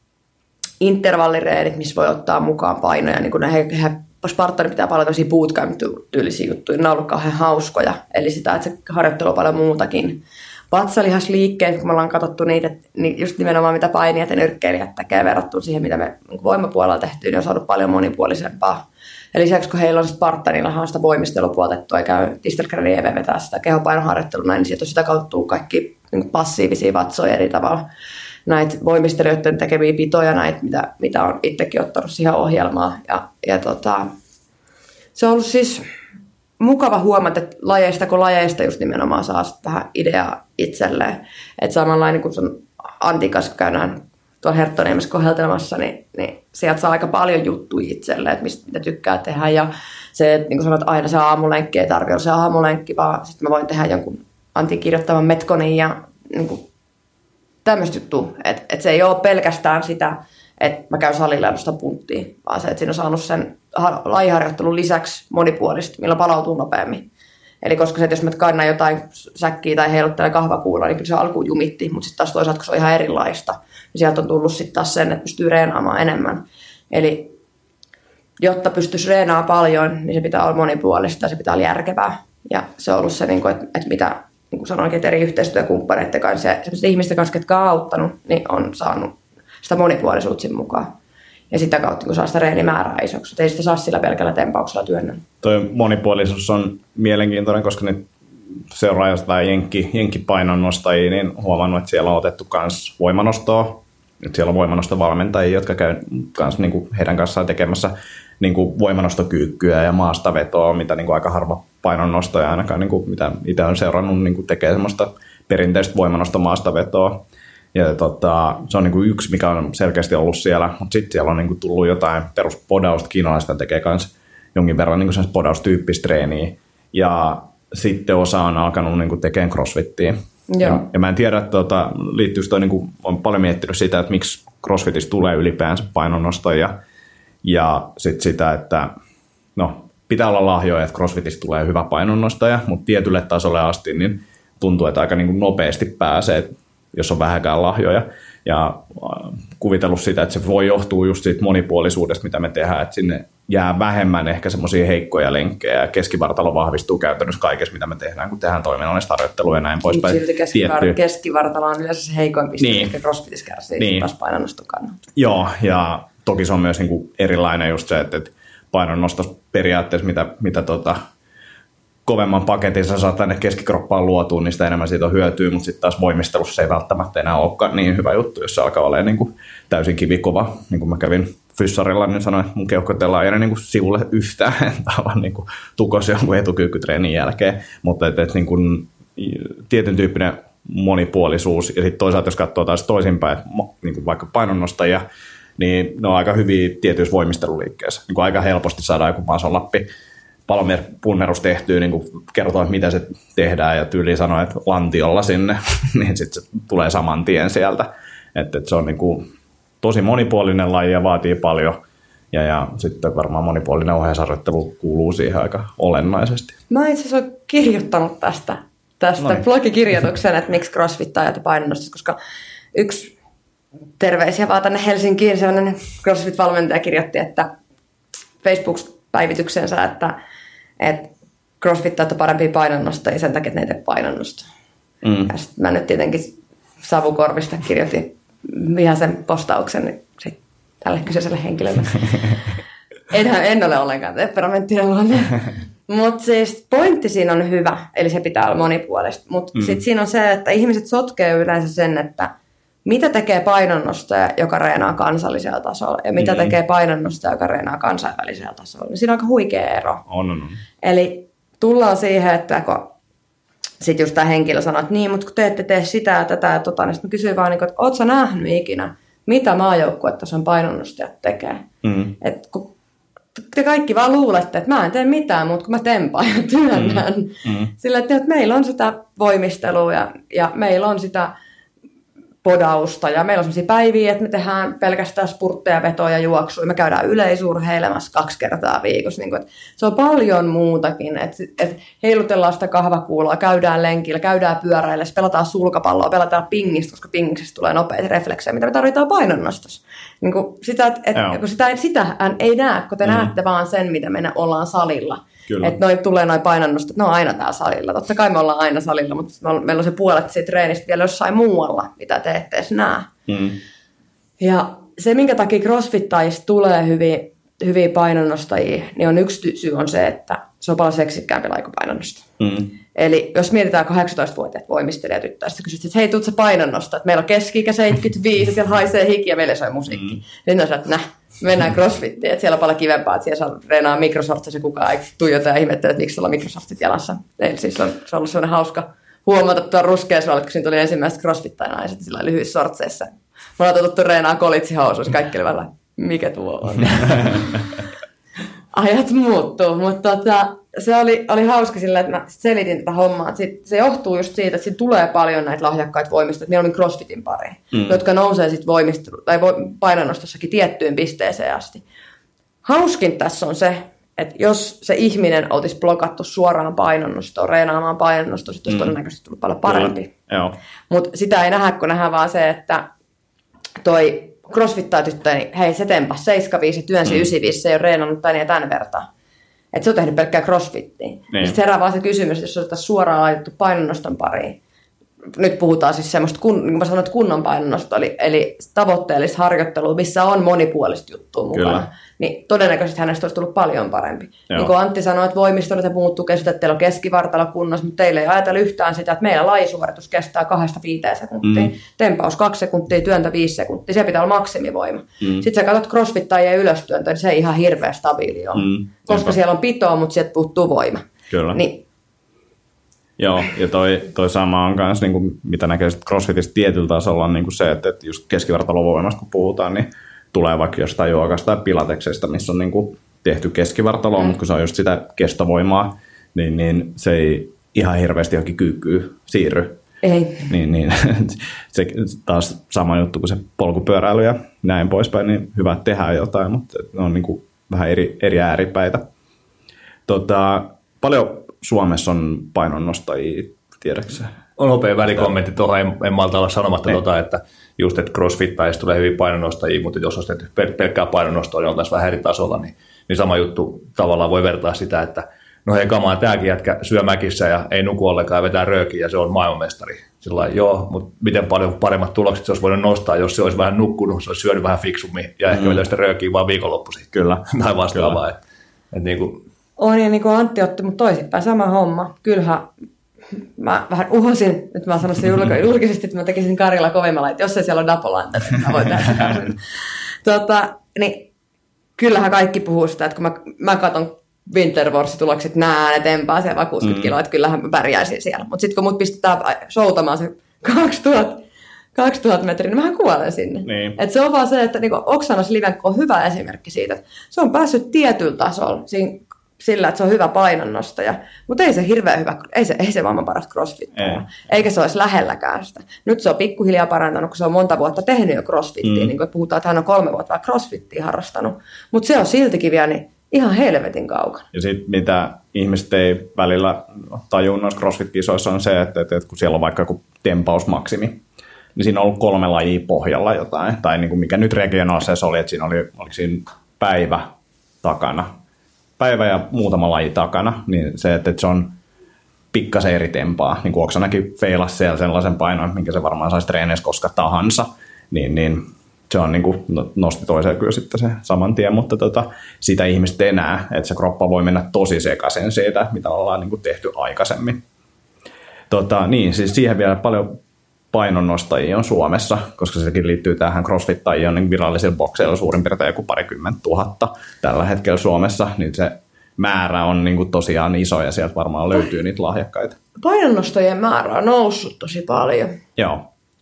intervallireenit, missä voi ottaa mukaan painoja, niin kuin ne he, he Spartani pitää paljon tämmöisiä bootcamp-tyylisiä juttuja, ne on ollut kauhean hauskoja, eli sitä, että se harjoittelu on paljon muutakin. Vatsalihasliikkeet, kun me ollaan katsottu niitä, niin just nimenomaan mitä painijat ja nyrkkeilijät tekee verrattuna siihen, mitä me voimapuolella tehtyy, niin on saanut paljon monipuolisempaa. Ja lisäksi kun heillä on Spartanillahan sitä voimistelupuotettua, eikä Distelgren E V vetää sitä kehopainoharjoittelua, niin sieltä sitä kautta kaikki niin passiivisia vatsoja eri tavalla. Näitä voimistelijoiden tekemiä pitoja, näitä, mitä, mitä on itsekin ottanut siihen ohjelmaan. Ja, ja tota, se on ollut siis mukava huomata, että lajeista kuin lajeista just nimenomaan saa vähän ideaa itselleen. Että samanlainen kuin sun Antikas käydään tuolla Herttoniemessä koheltelemassa, niin, niin sieltä saa aika paljon juttuja itselleen, että mistä mitä tykkää tehdä. Ja se, että niin kuin sanot, aina se aamulenkki ei tarvitse olla se aamulenkki, vaan sitten mä voin tehdä jonkun Antin kirjoittaman metkonin ja niin kuin tämmöistä juttua. Että et se ei ole pelkästään sitä, että mä käyn salilla ja nostan punttia, vaan se, että siinä on saanut sen lajiharjoittelun lisäksi monipuolisesti, millä palautuu nopeammin. Eli koska se, että jos mä kannan jotain säkkiä tai heiluttelen kahvakuulaa, niin kyllä se alkuun jumitti, mutta sitten taas toisaalta, kun se on ihan erilaista, niin sieltä on tullut sitten taas sen, että pystyy reenaamaan enemmän. Eli jotta pystyisi reenaamaan paljon, niin se pitää olla monipuolista ja se pitää olla järkevää. Ja se on ollut se, että mitä niin kuin sanoinkin, että eri yhteistyökumppaneiden kanssa ja sellaisten ihmisten kanssa, jotka on auttanut, niin on saanut sitä monipuolisuutta sen mukaan. Ja sitä kautta, kun saa sitä reenimäärää isoksi. Ei sitä saa sillä pelkällä tempauksella työnnön. Tuo monipuolisuus on mielenkiintoinen, koska nyt seuraajasta tai jenkki, jenkkipainonnostajia, niin huomannut, että siellä on otettu myös voimanostoa. Nyt siellä on voimanostovalmentajia, jotka käy kans, niin kuin heidän kanssaan tekemässä niin kuin voimanostokyykkyä ja maastavetoa, mitä niin kuin aika harva painonnostoja ainakaan, niin kuin, mitä itse olen seurannut, niin kuin tekee semmoista perinteistä voimanostomaastavetoa. Ja tota, se on niin kuin yksi, mikä on selkeästi ollut siellä, mutta sitten siellä on niin kuin tullut jotain peruspodausta, kiinalaista tekee myös jonkin verran niin kuin podaustyyppistä treeniä. Ja sitten osa on alkanut niin kuin tekemään crossfittiä. Ja, ja mä en tiedä, että tota, liittyykö toi, niin kuin, olen paljon miettinyt sitä, että miksi crossfitista tulee ylipäänsä painonnostoja ja, ja sitten sitä, että no, pitää olla lahjoja, että crossfitista tulee hyvä painonnostaja, mutta tietylle tasolle asti niin tuntuu, että aika niin kuin nopeasti pääsee, jos on vähäkään lahjoja. Ja kuvitellut sitä, että se voi johtua just siitä monipuolisuudesta, mitä me tehdään, että sinne jää vähemmän ehkä semmoisia heikkoja lenkkejä ja keskivartalo vahvistuu käytännössä kaikessa, mitä me tehdään, kun tehdään toiminnallista harjoittelua ja näin poispäin. Silti keskivar- keskivartalo on yleensä se heikoin piste, niin. Ehkä crossfitissä kärsii niin. Taas painonnoston kannalta. Joo, ja toki se on myös niinku erilainen just se, että painonnostossa periaatteessa, mitä, mitä tota, kovemman paketin sä saat tänne keskikroppaan luotua, niin sitä enemmän siitä on hyötyä, mutta sitten taas voimistelussa ei välttämättä enää olekaan niin hyvä juttu, jos se alkaa olemaan niin kuin täysin kivikova. Niin kuin mä kävin fyssarilla, niin sanoin, että mun keuhkotella ei enää niin kuin sivulle yhtään, että vaan niin kuin tukos jonkun etukyykkytreenin jälkeen, mutta et, et niin kuin tietyn tyyppinen monipuolisuus, ja sitten toisaalta jos katsoo taas toisinpäin, että niin kuin vaikka painonnostajia, niin ne on aika hyviä tietyissä voimisteluliikkeissä. Niin kuin aika helposti saadaan joku masolappi palopunnerus tehtyä, niin kuin kertoo, että mitä se tehdään, ja tyyliin sanoo, että lantiolla sinne, niin sitten se tulee saman tien sieltä. Että et se on niin kuin tosi monipuolinen laji ja vaatii paljon, ja, ja sitten varmaan monipuolinen ohjeisharjoittelu kuuluu siihen aika olennaisesti. Mä itse asiassa olen kirjoittanut tästä, tästä Noin. blogikirjoituksen, että miksi crossfittajat ja painonnostus, koska yksi terveisiä vaan tänne Helsinkiin, sellainen crossfit-valmentaja kirjoitti, että Facebook-päivityksensä, että, että crossfittajat on parempia painonnostajia sen takia, että ne ei tee painonnosta. Mm. Ja sitten mä nyt tietenkin savukorvista kirjoitin ihan sen postauksen niin sit tälle kyseiselle henkilölle. Enhän, en ole ollenkaan temperamenttinen. Mutta siis pointti siinä on hyvä, eli se pitää olla monipuolista. Mutta mm. sitten siinä on se, että ihmiset sotkee yleensä sen, että mitä tekee painonnostaja, joka reenaa kansallisella tasolla, ja mitä mm. tekee painonnostaja, joka reenaa kansainvälisellä tasolla. Niin siinä on aika huikea ero. On, on, on. Eli tullaan siihen, että kun sitten just tämä henkilö sanoo, että niin, mutta kun te ette tee sitä ja tätä ja tota, niin sitten mä kysyin vaan, että ootko sä nähnyt ikinä, mitä maajoukkuetason painonnostajat tekee? Mm. Että kun te kaikki vaan luulette, että mä en tee mitään, mutta kun mä tempaan ja työnnän. Mm. Mm. Sillä että meillä on sitä voimistelua ja, ja meillä on sitä podausta ja meillä on sellaisia päiviä, että me tehdään pelkästään spurtteja, vetoja, juoksuja. Me käydään yleisurheilemassa kaksi kertaa viikossa. Niin kuin, että se on paljon muutakin. Että, että heilutellaan sitä kahvakuuloa, käydään lenkillä, käydään pyöräillä, pelataan sulkapalloa, pelataan pingistä, koska pingisestä tulee nopeita refleksejä, mitä me tarvitaan painonnostossa. Niin kuin sitä, että, että, kun sitä, sitähän ei näe, kun te mm. näette vaan sen, mitä me ollaan salilla. Että noin tulee noin painonnostot, että ne on aina täällä salilla. Totta kai me ollaan aina salilla, mutta meillä on se puolet siitä treenistä vielä jossain muualla, mitä te ette edes näe. Mm. Ja se, minkä takia crossfittajista tulee hyviä, hyviä painonnostajia, niin on yksi syy on se, että se on paljon seksikkäämpi laji kuin painonnosto. Mm. Eli jos mietitään kahdeksantoistavuotiaat voimistelijatyttöä, sitten kysyt, että hei, tuut sä painonnosta, että meillä on keski-ikä seitsemänkymmentäviisi, siellä haisee hiki ja meillä soi musiikki. Mm. Sitten on se, että näh, mennään crossfittiin, että siellä on paljon kivempaa, että siellä saa reenaa Microsoftissa ja kukaan ei tuijota ja ihmettelee, että miksi siellä on Microsoftit jalassa. Eli siis on, se on ollut sellainen hauska huomata tuo ruskeasuolet, kun siinä tuli ensimmäiset crossfittajnaiset sillä lyhyissä sortseissa. Me ollaan totuttu reenaa kolitsihousuissa, kaikki oli vähän, mikä tuo on. Ajat muuttuu, mutta tota, se oli, oli hauska sillä, että mä selitin tätä hommaa. Että sit, se johtuu just siitä, että siitä tulee paljon näitä lahjakkaita voimistajia, mieluummin crossfitin pariin, mm. jotka nousee sitten voimistelu- tai painonnostossakin tiettyyn pisteeseen asti. Hauskin tässä on se, että jos se ihminen olisi blokattu suoraan painonnostoon, reenaamaan painonnostoon, sitten olisi mm. todennäköisesti tullut paljon parempi. Mutta sitä ei nähdä, kun nähdään vaan se, että toi crossfittaa-tyttö, niin hei, se tempas seitsemän viisi työnsi mm. yhdeksän viisi, se ei ole reenannut tän ja tän vertaan. Että se on tehnyt pelkkää crossfittia. Niin. Sitten herää vaan se kysymys, että jos otetaan suoraan laitettu painonnoston pariin. Nyt puhutaan siis semmoista, kun, niin kuin mä sanoin, kunnon painonnosto, eli, eli tavoitteellista harjoittelua, missä on monipuolista juttua mukana. Kyllä. Niin todennäköisesti hänestä olisi tullut paljon parempi. Joo. Niin kuin Antti sanoi, että voimistelut ja muut tukee sitä, että teillä on keskivartalo kunnossa, mutta teillä ei ajatella yhtään sitä, että meillä lajisuoritus kestää kahdesta viiteen sekuntia. Mm. Tempaus kaksi sekuntia, työntä viisi sekuntia. Se pitää olla maksimivoima. Mm. Sitten sä katsot crossfittajien ylöstyöntä, niin se ei ihan hirveän stabiili ole. Mm. Koska siellä on pitoa, mutta sieltä puuttuu voima. Kyllä. Niin, joo, ja toi, toi sama on myös, niin kuin, mitä näkee crossfitista tietyllä tasolla, on niin kuin se, että, että just keskivartalovoimasta kun puhutaan, niin tulee vaikka jostain joogasta tai pilateksesta, missä on niin kuin tehty keskivartaloa, mm. mutta kun se on just sitä kestovoimaa, niin, niin se ei ihan hirveästi johonkin kyykkyyn siirry. Ei. Niin, niin se taas sama juttu kuin se polkupyöräily ja näin poispäin, niin hyvä, että tehdään jotain, mutta ne on niin kuin vähän eri, eri ääripäitä. Tota, paljon Suomessa on painonnostajia, tiedätkö? On nopea välikommentti tuohon, en, en malta olla sanomatta tota, että just, että crossfittajista tulee hyvin painonnostajia, mutta jos olisi tehty pel- pelkkää painonnostoa, niin oltaisiin vähän eri tasolla, niin, niin sama juttu tavallaan voi vertaa sitä, että no hei kamaa, tämäkin jätkä syö mäkissä ja ei nuku ollenkaan ja vetää röökiä ja se on maailmanmestari. Sillä joo, mutta miten paljon paremmat tulokset se olisi voinut nostaa, jos se olisi vähän nukkunut, se olisi syönyt vähän fiksummin ja ehkä mm. vetää sitä röökiä vaan viikonloppuisin. Kyllä. Tai vastaavaa. Että et niin kuin on ja niin kuin Antti otti mut toisinpäin, sama homma. Kyllähän mä vähän uhosin, nyt mä sanon sen julkisesti, että mä tekisin Karilla kovimmalla, että jos ei siellä ole Dapolanten, niin mä voin tehdä sitä. tota, niin kyllähän kaikki puhuu sitä, että kun mä, mä katson Winter Wars-tulokset, näen, että en pääse vaan kuusikymmentä mm. kiloa, että kyllähän mä pärjäisin siellä. Mutta sitten kun mut pistetään soutamaan se kaksituhatta metriä, niin mähän kuolen sinne. Niin. Et se on vaan se, että niinku Oksana Slivenko on hyvä esimerkki siitä, että se on päässyt tietyllä tasolla siinä, sillä, että se on hyvä painonnostaja, mutta ei se hirveän hyvä, ei se, ei se maailman paras crossfittiä, eikä se olisi lähelläkään sitä. Nyt se on pikkuhiljaa parantanut, kun se on monta vuotta tehnyt jo crossfittiä, mm. niin kuin puhutaan, että hän on kolme vuotta crossfittiä harrastanut, mutta se on siltikin vielä niin ihan helvetin kaukana. Ja sitten mitä ihmiset ei välillä tajua noissa crossfit-kisoissa on se, että, että, että kun siellä on vaikka joku tempausmaksimi, niin siinä on ollut kolme lajia pohjalla jotain, tai niin kuin mikä nyt regionaalisessa oli, että siinä oli, oli siinä päivä takana, päivä ja muutama laji takana, niin se, että se on pikkasen eri tempaa, niin kuin Oksanakin feilasi siellä sellaisen painon, minkä se varmaan saisi treeneissä koska tahansa, niin, niin se on niin kuin, nosti toiseen kyllä sitten se saman tien, mutta tota, sitä ihmiset ei näe, että se kroppa voi mennä tosi sekaisin siitä, mitä ollaan niin kuin tehty aikaisemmin. Tota, niin, siis siihen vielä paljon painonnostajia on Suomessa, koska sekin liittyy tähän crossfit-tajia, niin virallisilla bokseilla suurin piirtein joku parikymmentä tuhatta tällä hetkellä Suomessa, niin se määrä on niin kuin tosiaan iso ja sieltä varmaan löytyy niitä lahjakkaita. Painonnostajien määrä on noussut tosi paljon. Joo.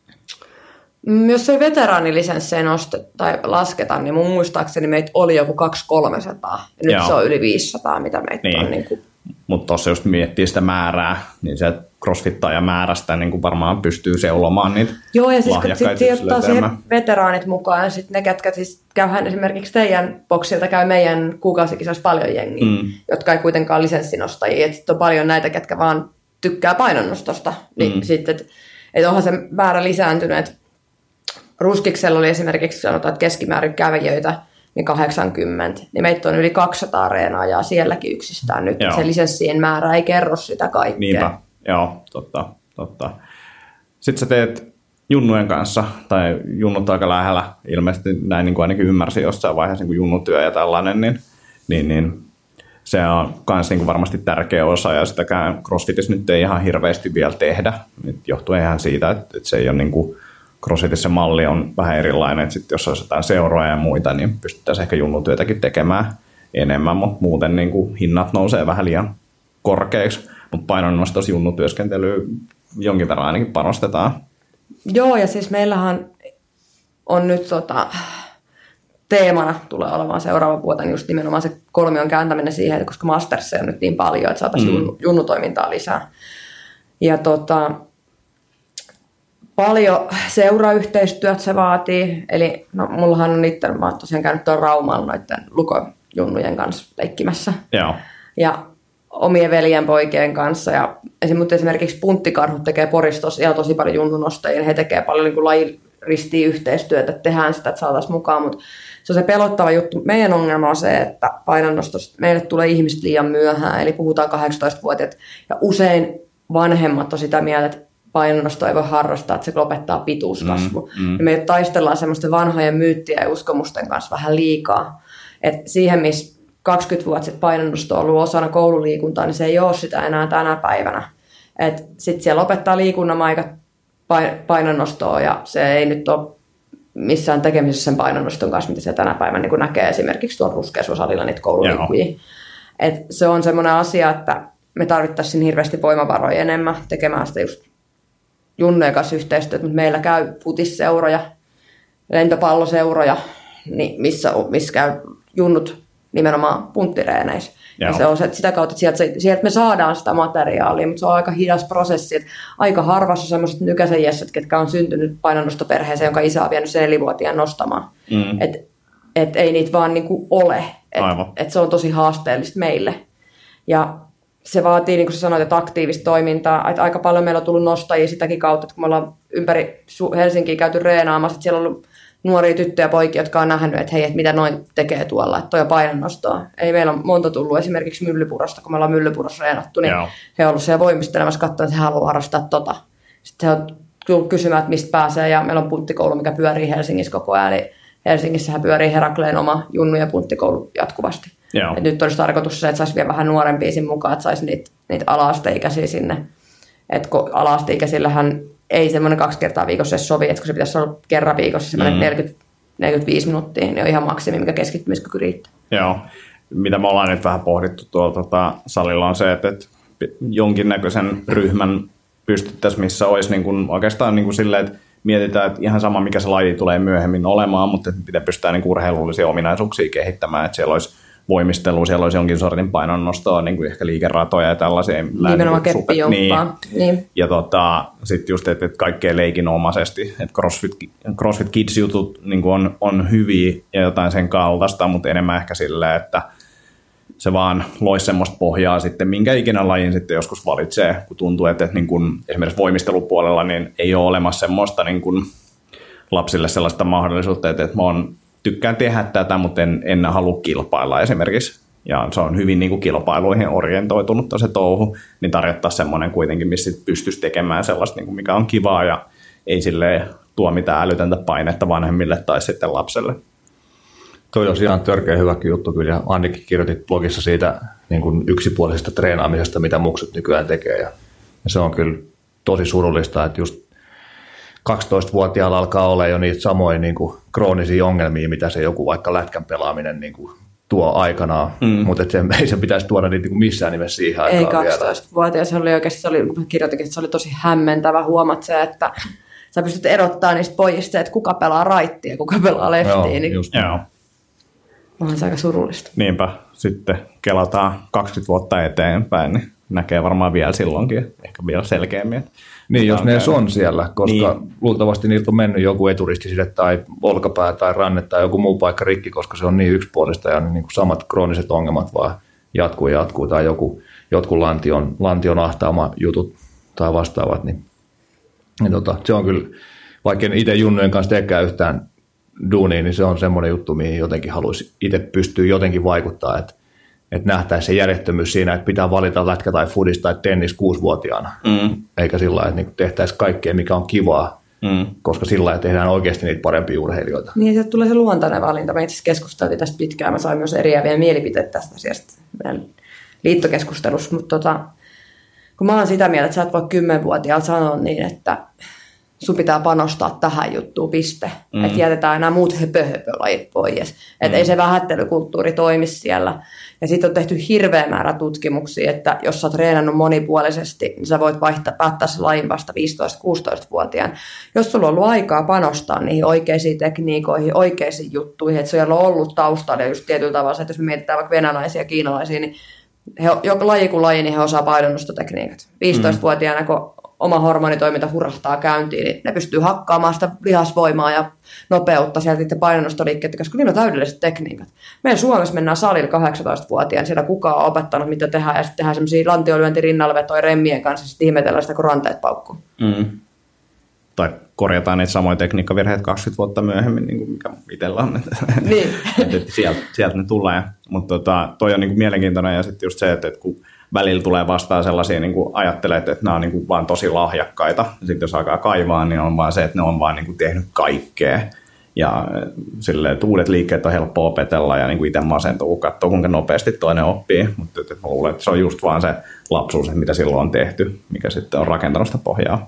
Jos ei veteraanilisenssejä nosteta tai lasketa, niin mun muistaakseni meitä oli joku kaksi kolmesataa. Ja nyt Joo. se on yli viisisataa, mitä meitä niin. on. Niin kuin... Mutta tuossa just miettii sitä määrää, niin se crossfittajan määrästä niin kuin varmaan pystyy seulomaan niitä Joo, ja siis kun sitten ottaa siihen veteraanit mukaan, ja sitten ne, ketkä siis käyhän esimerkiksi teidän boksilta käy meidän kuukausikisoissa paljon jengiä, mm. jotka ei kuitenkaan ole lisenssinostajia. Että sitten on paljon näitä, ketkä vaan tykkää painonnostosta. Niin mm. sitten, että et onhan se määrä lisääntynyt. Ruskiksella oli esimerkiksi sanotaan, että keskimäärin kävijöitä niin kahdeksankymmentä, niin meitä on yli kaksisataa reenaajaa sielläkin yksistään nyt. Joo. Se lisenssien määrä ei kerro sitä kaikkea. Niinpä, joo, totta, totta. Sitten sä teet junnujen kanssa, tai junnut aika lähellä, ilmeisesti näin niin kuin ainakin ymmärsin jossain vaiheessa niin kuin junnutyö ja tällainen, niin, niin, niin se on myös niin kuin varmasti tärkeä osa, ja sitäkään CrossFitissä nyt ei ihan hirveästi vielä tehdä, nyt johtuen ihan siitä, että, että se ei ole niin kuin CrossFitissä malli on vähän erilainen, että sitten jos olisi jotain seuroja ja muita, niin pystyttäisiin ehkä junnutyötäkin tekemään enemmän, mutta muuten niin kuin hinnat nousee vähän liian korkeiksi, mutta painonnostossa junnutyöskentelyyn jonkin verran ainakin panostetaan. Joo, ja siis meillähän on nyt tota, teemana tulee olemaan seuraavan vuoden just nimenomaan se kolmion kääntäminen siihen, koska Mastersia on nyt niin paljon, että saataisiin mm. junnutoimintaa lisää. Ja tota... Paljon seurayhteistyöt se vaatii, eli no, mullahan on itse, mä oon tosiaan käynyt tuon Raumalla noiden lukojunnujen kanssa leikkimässä. Joo. Ja omien veljen poikien kanssa. Ja esimerkiksi Punttikarhut tekee Porissa ihan tosi paljon junnunostajia, he tekee paljon niin kuin lajiristiin yhteistyötä, että tehdään sitä, että saataisiin mukaan, mutta se on se pelottava juttu. Meidän ongelma on se, että painonnostosta meille tulee ihmiset liian myöhään, eli puhutaan kahdeksantoistavuotiaat, ja usein vanhemmat on sitä mieltä, että painonnostoa ei voi harrastaa, että se lopettaa pituuskasvu. Mm, mm. Ja me taistellaan semmoisten vanhojen myyttien ja uskomusten kanssa vähän liikaa. Et siihen, missä kaksikymmentä vuotta sitten painonnosto on ollut osana koululiikuntaa, niin se ei ole sitä enää tänä päivänä. Sitten siellä lopettaa liikunnan aika painonnostoa, ja se ei nyt ole missään tekemisessä sen painonnoston kanssa, mitä se tänä päivänä niin näkee esimerkiksi tuon ruskeasuosalilla niitä koululiikkujia. Et se on semmoinen asia, että me tarvittaisiin hirveästi voimavaroja enemmän tekemään sitä just junnujen kanssa yhteistyötä, mutta meillä käy futisseuroja, lentopalloseuroja, niin missä, missä käy junnut nimenomaan punttireeneissä. Ja se on se, että sitä kautta, että sieltä, sieltä me saadaan sitä materiaalia, mutta se on aika hidas prosessi. Että aika harvassa sellaiset nykäisen jesset, ketkä on syntynyt painonnostoperheeseen, jonka isä on vienyt sen nelivuotiaan nostamaan. Mm. Että et ei niitä vaan niinku ole. Että et se on tosi haasteellista meille. Ja se vaatii, niin kuin sä sanoit, että aktiivista toimintaa. Että aika paljon meillä on tullut nostajia sitäkin kautta, että kun me ollaan ympäri Helsinkiä käyty reenaamassa, että siellä on ollut nuoria tyttöjä ja poikia, jotka on nähnyt, että hei, että mitä noin tekee tuolla, että toi on painonnostoa. Ei meillä on monta tullut esimerkiksi Myllypurosta, kun me ollaan Myllypurossa reenattu, niin Joo. he on ollut siellä voimistelemassa katsoa, että he haluaa harrastaa tota. Sitten he on tullut kysymään, että mistä pääsee, ja meillä on punttikoulu, mikä pyörii Helsingissä koko ajan, eli Helsingissähän pyörii Herakleen oma junnu- ja punttikoulu jatkuvasti. Et nyt olisi tarkoitus se, että saisi vielä vähän nuorempia siinä mukaan, että saisi niitä, niitä ala-asteikäisiä sinne. Että kun ala-asteikäisillähän ei semmoinen kaksi kertaa viikossa edes sovi, että kun se pitäisi olla kerran viikossa semmoinen mm. neljäkymmentä, neljäkymmentäviisi minuuttia, niin on ihan maksimi, mikä keskittymiskyky riittää. Joo. Mitä me ollaan nyt vähän pohdittu tuolla tota, salilla on se, että, että jonkinnäköisen ryhmän pystyttäisiin, missä olisi niin kuin, oikeastaan niin kuin silleen, että mietitään, että ihan sama mikä se laji tulee myöhemmin olemaan, mutta että pitää pystyä niin kuin urheilullisia ominaisuuksia kehittämään, että siellä olisi voimistelua, siellä olisi jonkin sortin painonnostoa, niin kuin ehkä liikeratoja ja tällaisia. Nimenomaan keppijumppaa. Niin. Niin. Ja tota, sitten just, että, että kaikkea leikinomaisesti, että CrossFit, CrossFit Kids-jutut niin kuin on, on hyviä ja jotain sen kaltaista, mutta enemmän ehkä silleen, että se vaan loisi semmoista pohjaa sitten, minkä ikinä lajin sitten joskus valitsee, kun tuntuu, että, että niin kuin esimerkiksi voimistelupuolella niin ei ole olemassa semmoista niin kuin lapsille sellaista mahdollisuutta, että, että mä oon, tykkään tehdä tätä, mutta en, en halua kilpailla esimerkiksi. Ja se on hyvin niin kuin kilpailuihin orientoitunut se touhu, niin tarjottaa semmoinen kuitenkin, missä pystyisi tekemään sellaista, niin kuin mikä on kivaa ja ei silleen tuo mitään älytöntä painetta vanhemmille tai sitten lapselle. Toi olisi ihan törkeä hyväkin juttu kyllä, ja Annikin kirjoitit blogissa siitä niin kuin yksipuolisesta treenaamisesta, mitä muksut nykyään tekee, ja, ja se on kyllä tosi surullista, että just kaksitoistavuotiaalla alkaa olla jo niitä samoja niin kuin kroonisia ongelmia, mitä se joku vaikka lätkän pelaaminen niin kuin tuo aikanaan, mm. mutta se, ei se pitäisi tuoda niitä niin kuin missään nimessä siihen aikaan vielä. Ei kaksitoistavuotias, se oli oikeasti, se oli, kun kirjoitinkin, että se oli tosi hämmentävä, huomat se, että sä pystyt erottamaan niistä pojista, että kuka pelaa raittia ja kuka pelaa leftiä. Joo, niin just. Joo. Onhan se aika surullista. Niinpä, sitten kelataan kaksikymmentä vuotta eteenpäin, niin näkee varmaan vielä silloinkin, ehkä vielä selkeämmin. Niin, jos ne on siellä, koska niin. Luultavasti niiltä on mennyt joku eturistiside tai olkapää tai ranne tai joku muu paikka rikki, koska se on niin yksipuolista ja niin kuin samat krooniset ongelmat vaan jatkuu ja jatkuu tai joku, jotkut lantion, lantion ahtaama jutut tai vastaavat. Niin, niin tota, se on kyllä, vaikka en itse junnujen kanssa teekään yhtään duunia, niin se on semmoinen juttu, mihin jotenkin haluaisi itse pystyä jotenkin vaikuttaa, että, että nähtäisiin se järjettömyys siinä, että pitää valita lätkä tai fudis tai tennis kuusivuotiaana, mm. eikä sillä lailla, että tehtäisiin kaikkea, mikä on kivaa, mm. koska sillä lailla tehdään oikeasti niitä parempia urheilijoita. Niin, että tulee se luontainen valinta. Me itse asiassa keskusteltiin tästä pitkään, mä sain myös eriäviä mielipiteitä tästä asiasta meidän liittokeskustelussa, mutta tota, kun mä oon sitä mieltä, että sä et voi kymmenvuotiaalta sanoa niin, että sun pitää panostaa tähän juttuun, piste. Mm. Että jätetään nämä muut höpö-höpö-lajit pois. Että mm. ei se vähättelykulttuuri toimi siellä. Ja sitten on tehty hirveä määrä tutkimuksia, että jos sä oot treenannut monipuolisesti, niin sä voit vaihtaa, päättää se lajin vasta viisitoista-kuusitoista-vuotiaan. Jos sulla on ollut aikaa panostaa niihin oikeisiin tekniikoihin, oikeisiin juttuihin, että se on ollut taustalla just tietyllä tavalla, että jos me mietitään vaikka venäläisiä ja kiinalaisia, niin he, joku laji kuin laji, niin he osaa painonnostotekniikat. viisitoistavuotiaana, kun oma hormonitoiminta hurahtaa käyntiin, niin ne pystyy hakkaamaan sitä lihasvoimaa ja nopeutta sieltä niiden painonnostoliikkeitä, koska niillä on täydelliset tekniikat. Meidän Suomessa mennään salilla kahdeksantoistavuotiaan, siellä kukaan on opettanut, mitä tehdään, ja sitten tehdään semmoisia lantiolyönti rinnallevetoja remmien kanssa, ja sitten ihmetellään sitä, kun ranteet paukkuu. Mm. Tai korjataan niitä samoja tekniikkavirheitä kaksikymmentä vuotta myöhemmin, niin kuin mikä itsellä on. Niin. että sieltä, sieltä ne tulee. Mutta tota, toi on niin kuin mielenkiintoinen, ja sitten just se, että, että kun välillä tulee vastaan sellaisia, niin kuin ajattelee, että nämä on niin kuin vaan tosi lahjakkaita. Sitten jos alkaa kaivaa, niin on vaan se, että ne on vaan niin kuin tehnyt kaikkea. Ja silleen, että uudet liikkeet on helppo opetella ja niin kuin itse masentuu, kun katsoo, kuinka nopeasti toinen oppii. Mutta mä luulen, että se on just vaan se lapsuus, että mitä silloin on tehty, mikä sitten on rakentanut sitä pohjaa.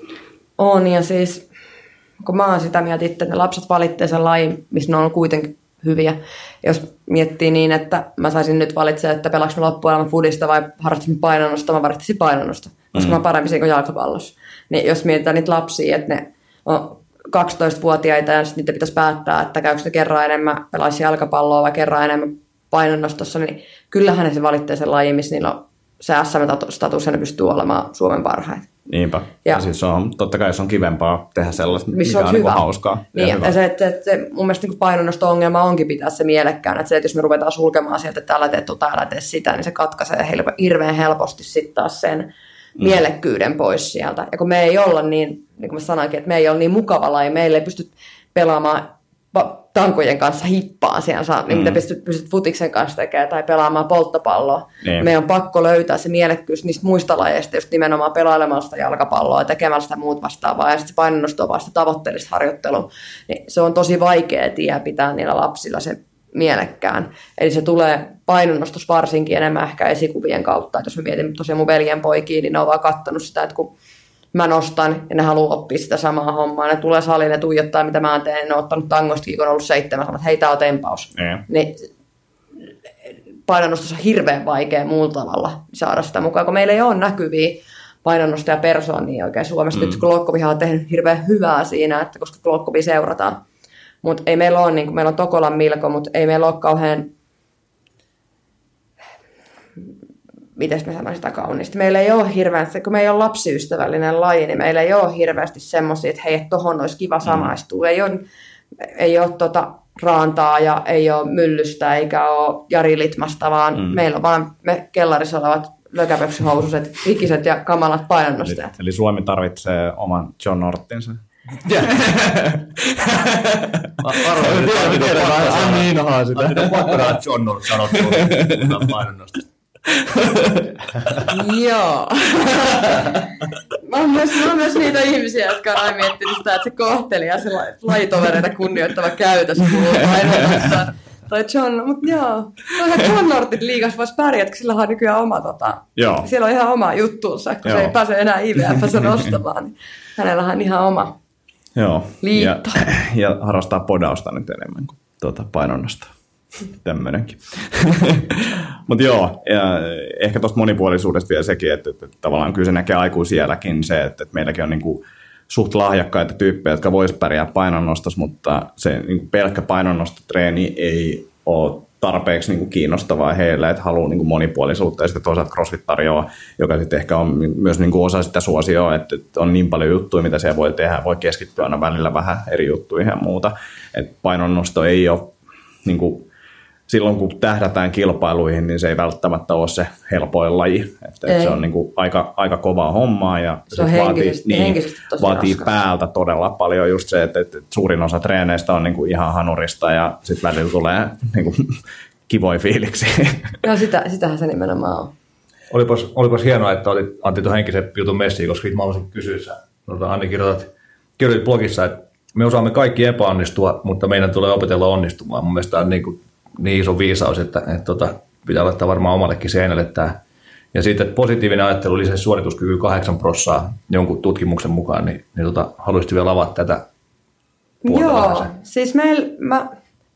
On, ja siis kun mä oon sitä mieltä itse, että ne lapset valitsee sen lajin, missä ne on kuitenkin hyviä. Jos miettii niin, että mä saisin nyt valitse, että pelaanko mä loppuelämän fudista vai harrastaisin painonnosta, mä valitsisin painonnosta, koska mm. mä oon parempi siinä kuin jalkapallossa. Niin jos mietitään niitä lapsia, että ne on kaksitoistavuotiaita ja sitten niitä pitäisi päättää, että käykö ne kerran enemmän pelaisi jalkapalloa vai kerran enemmän painonnostossa, niin kyllähän ne se valitsee sen lajin, missä niillä on se S M-status ja ne pystyy olemaan Suomen parhaita. Niinpä. Ja, ja siis on, totta kai se on kivempaa tehdä sellaista, mikä on, on niin hauskaa. Niin, ja, ja se, että, että se, mun mielestä niin painonnosto-ongelma onkin pitää se mielekkäänä. Että se, että jos me ruvetaan sulkemaan sieltä, että täällä teet tuota, älä tee sitä, niin se katkaisee hirveän helposti sitten taas sen mm. mielekkyyden pois sieltä. Ja kun me ei olla niin, niin kuin mä sanoinkin, että me ei ole niin mukava laji, meillä ei pysty pelaamaan tankojen kanssa hippaan siellä, mm. niin mitä pystyt, pystyt futiksen kanssa tekemään tai pelaamaan polttopalloa. Niin. Meidän on pakko löytää se mielekkyys niistä muista lajeista, just nimenomaan pelailemalla sitä jalkapalloa ja tekemällä sitä muut vastaavaa ja sitten se painonnosto on vasta tavoitteellista harjoittelua. Niin se on tosi vaikea tie pitää niillä lapsilla se mielekkään. Eli se tulee painonnostus varsinkin enemmän ehkä esikuvien kautta. Et jos mä mietin tosiaan mun veljen poikia, niin ne on vaan kattonut sitä, että kun mä nostan ja ne haluaa oppia sitä samaa hommaa. Ne tulee saliin, ne tuijottaa, mitä mä teen. Ne on ottanut tangostakin, kun on ollut seitsemän, sanoo, että hei, tää on tempaus. Mm. Niin painonnostus on hirveän vaikea muulla tavalla saada sitä mukaan, kun meillä ei ole näkyviä painonnostaja persoonia oikein Suomessa. Mm. Nyt Glowcovihan on tehnyt hirveän hyvää siinä, että koska Glowcovia seurataan. Mutta ei meillä ole, niin kuin meillä on Tokolan Milko, mutta ei meillä ole kauhean, miten mä sanoin sitä kauniisti, meillä ei ole hirveän, kun me ei ole lapsiystävällinen laji, niin meillä ei ole hirveästi semmoisia, että hei, että tohon olisi kiva samaistua. Mm. Ei ole, ei ole tota Raantaa ja ei ole Myllystä eikä ole Jari Litmasta, vaan mm. meillä on vaan me kellarissa olevat lökäpöksyhoususet, ikiset ja kamalat painonnostajat. Eli, eli Suomi tarvitsee oman John Norttinsa. Arvoin, että tiedetään, niin onhan sitä. Pakkoraa John Nort sanottu painonnosta. Joo. Mä oon, myös, mä oon myös niitä ihmisiä, jotka on aina miettinyt sitä, että se kohteli se lajitovereita kunnioittava käytös kuuluu painonnosta. Tai John, mutta joo. Toisaalta John Nortin liigas voisi pärjätä, kun sillä on nykyään oma, tota, siellä on ihan oma juttuunsa, kun joo. se ei pääse enää I V F:ssä nostamaan, niin hänellähän on ihan oma joo. liitto. Ja, ja harrastaa podausta nyt enemmän kuin tuota painonnosta. Tämmöinenkin. Mutta joo, ja ehkä tuosta monipuolisuudesta vielä sekin, että, että, että tavallaan kyllä se näkee aikuisielläkin se, että, että meilläkin on niinku suht lahjakkaita tyyppejä, jotka vois pärjää painonnostossa, mutta se niinku pelkkä painonnostotreeni ei ole tarpeeksi niinku kiinnostavaa heille, että haluaa niinku monipuolisuutta, ja sitten toisaalta CrossFit tarjoaa, joka sitten ehkä on myös niinku osa sitä suosioa, että, että on niin paljon juttuja, mitä siellä voi tehdä, voi keskittyä aina välillä vähän eri juttuihin ja muuta, että painonnosto ei ole niinku silloin kun tähdätään kilpailuihin, niin se ei välttämättä ole se helpoin laji. Että se on niin kuin aika, aika kovaa hommaa ja se on henkisesti, vaatii, henkisesti niin, vaatii päältä todella paljon just se, että, että suurin osa treeneistä on niin kuin ihan hanurista ja sitten välillä tulee niin kuin kivoja fiiliksi. Joo, sitä, sitähän se nimenomaan on. Olipas, olipas hienoa, että otit Antti tuon henkisen jutun messiin, koska mä haluaisin kysyä sä. No, Anni kirjoitat, kirjoitit blogissa, että me osaamme kaikki epäonnistua, mutta meidän tulee opetella onnistumaan. Mun mielestä on niin kuin niin iso viisaus, että, että, että, että pitää laittaa varmaan omallekin seinälle tämä. Ja sitten, että positiivinen ajattelu lisäsi suorituskyky kahdeksan prosenttia jonkun tutkimuksen mukaan, niin, niin tota, haluaisit vielä avata tätä puolta? Joo, vähän. siis meillä, mä,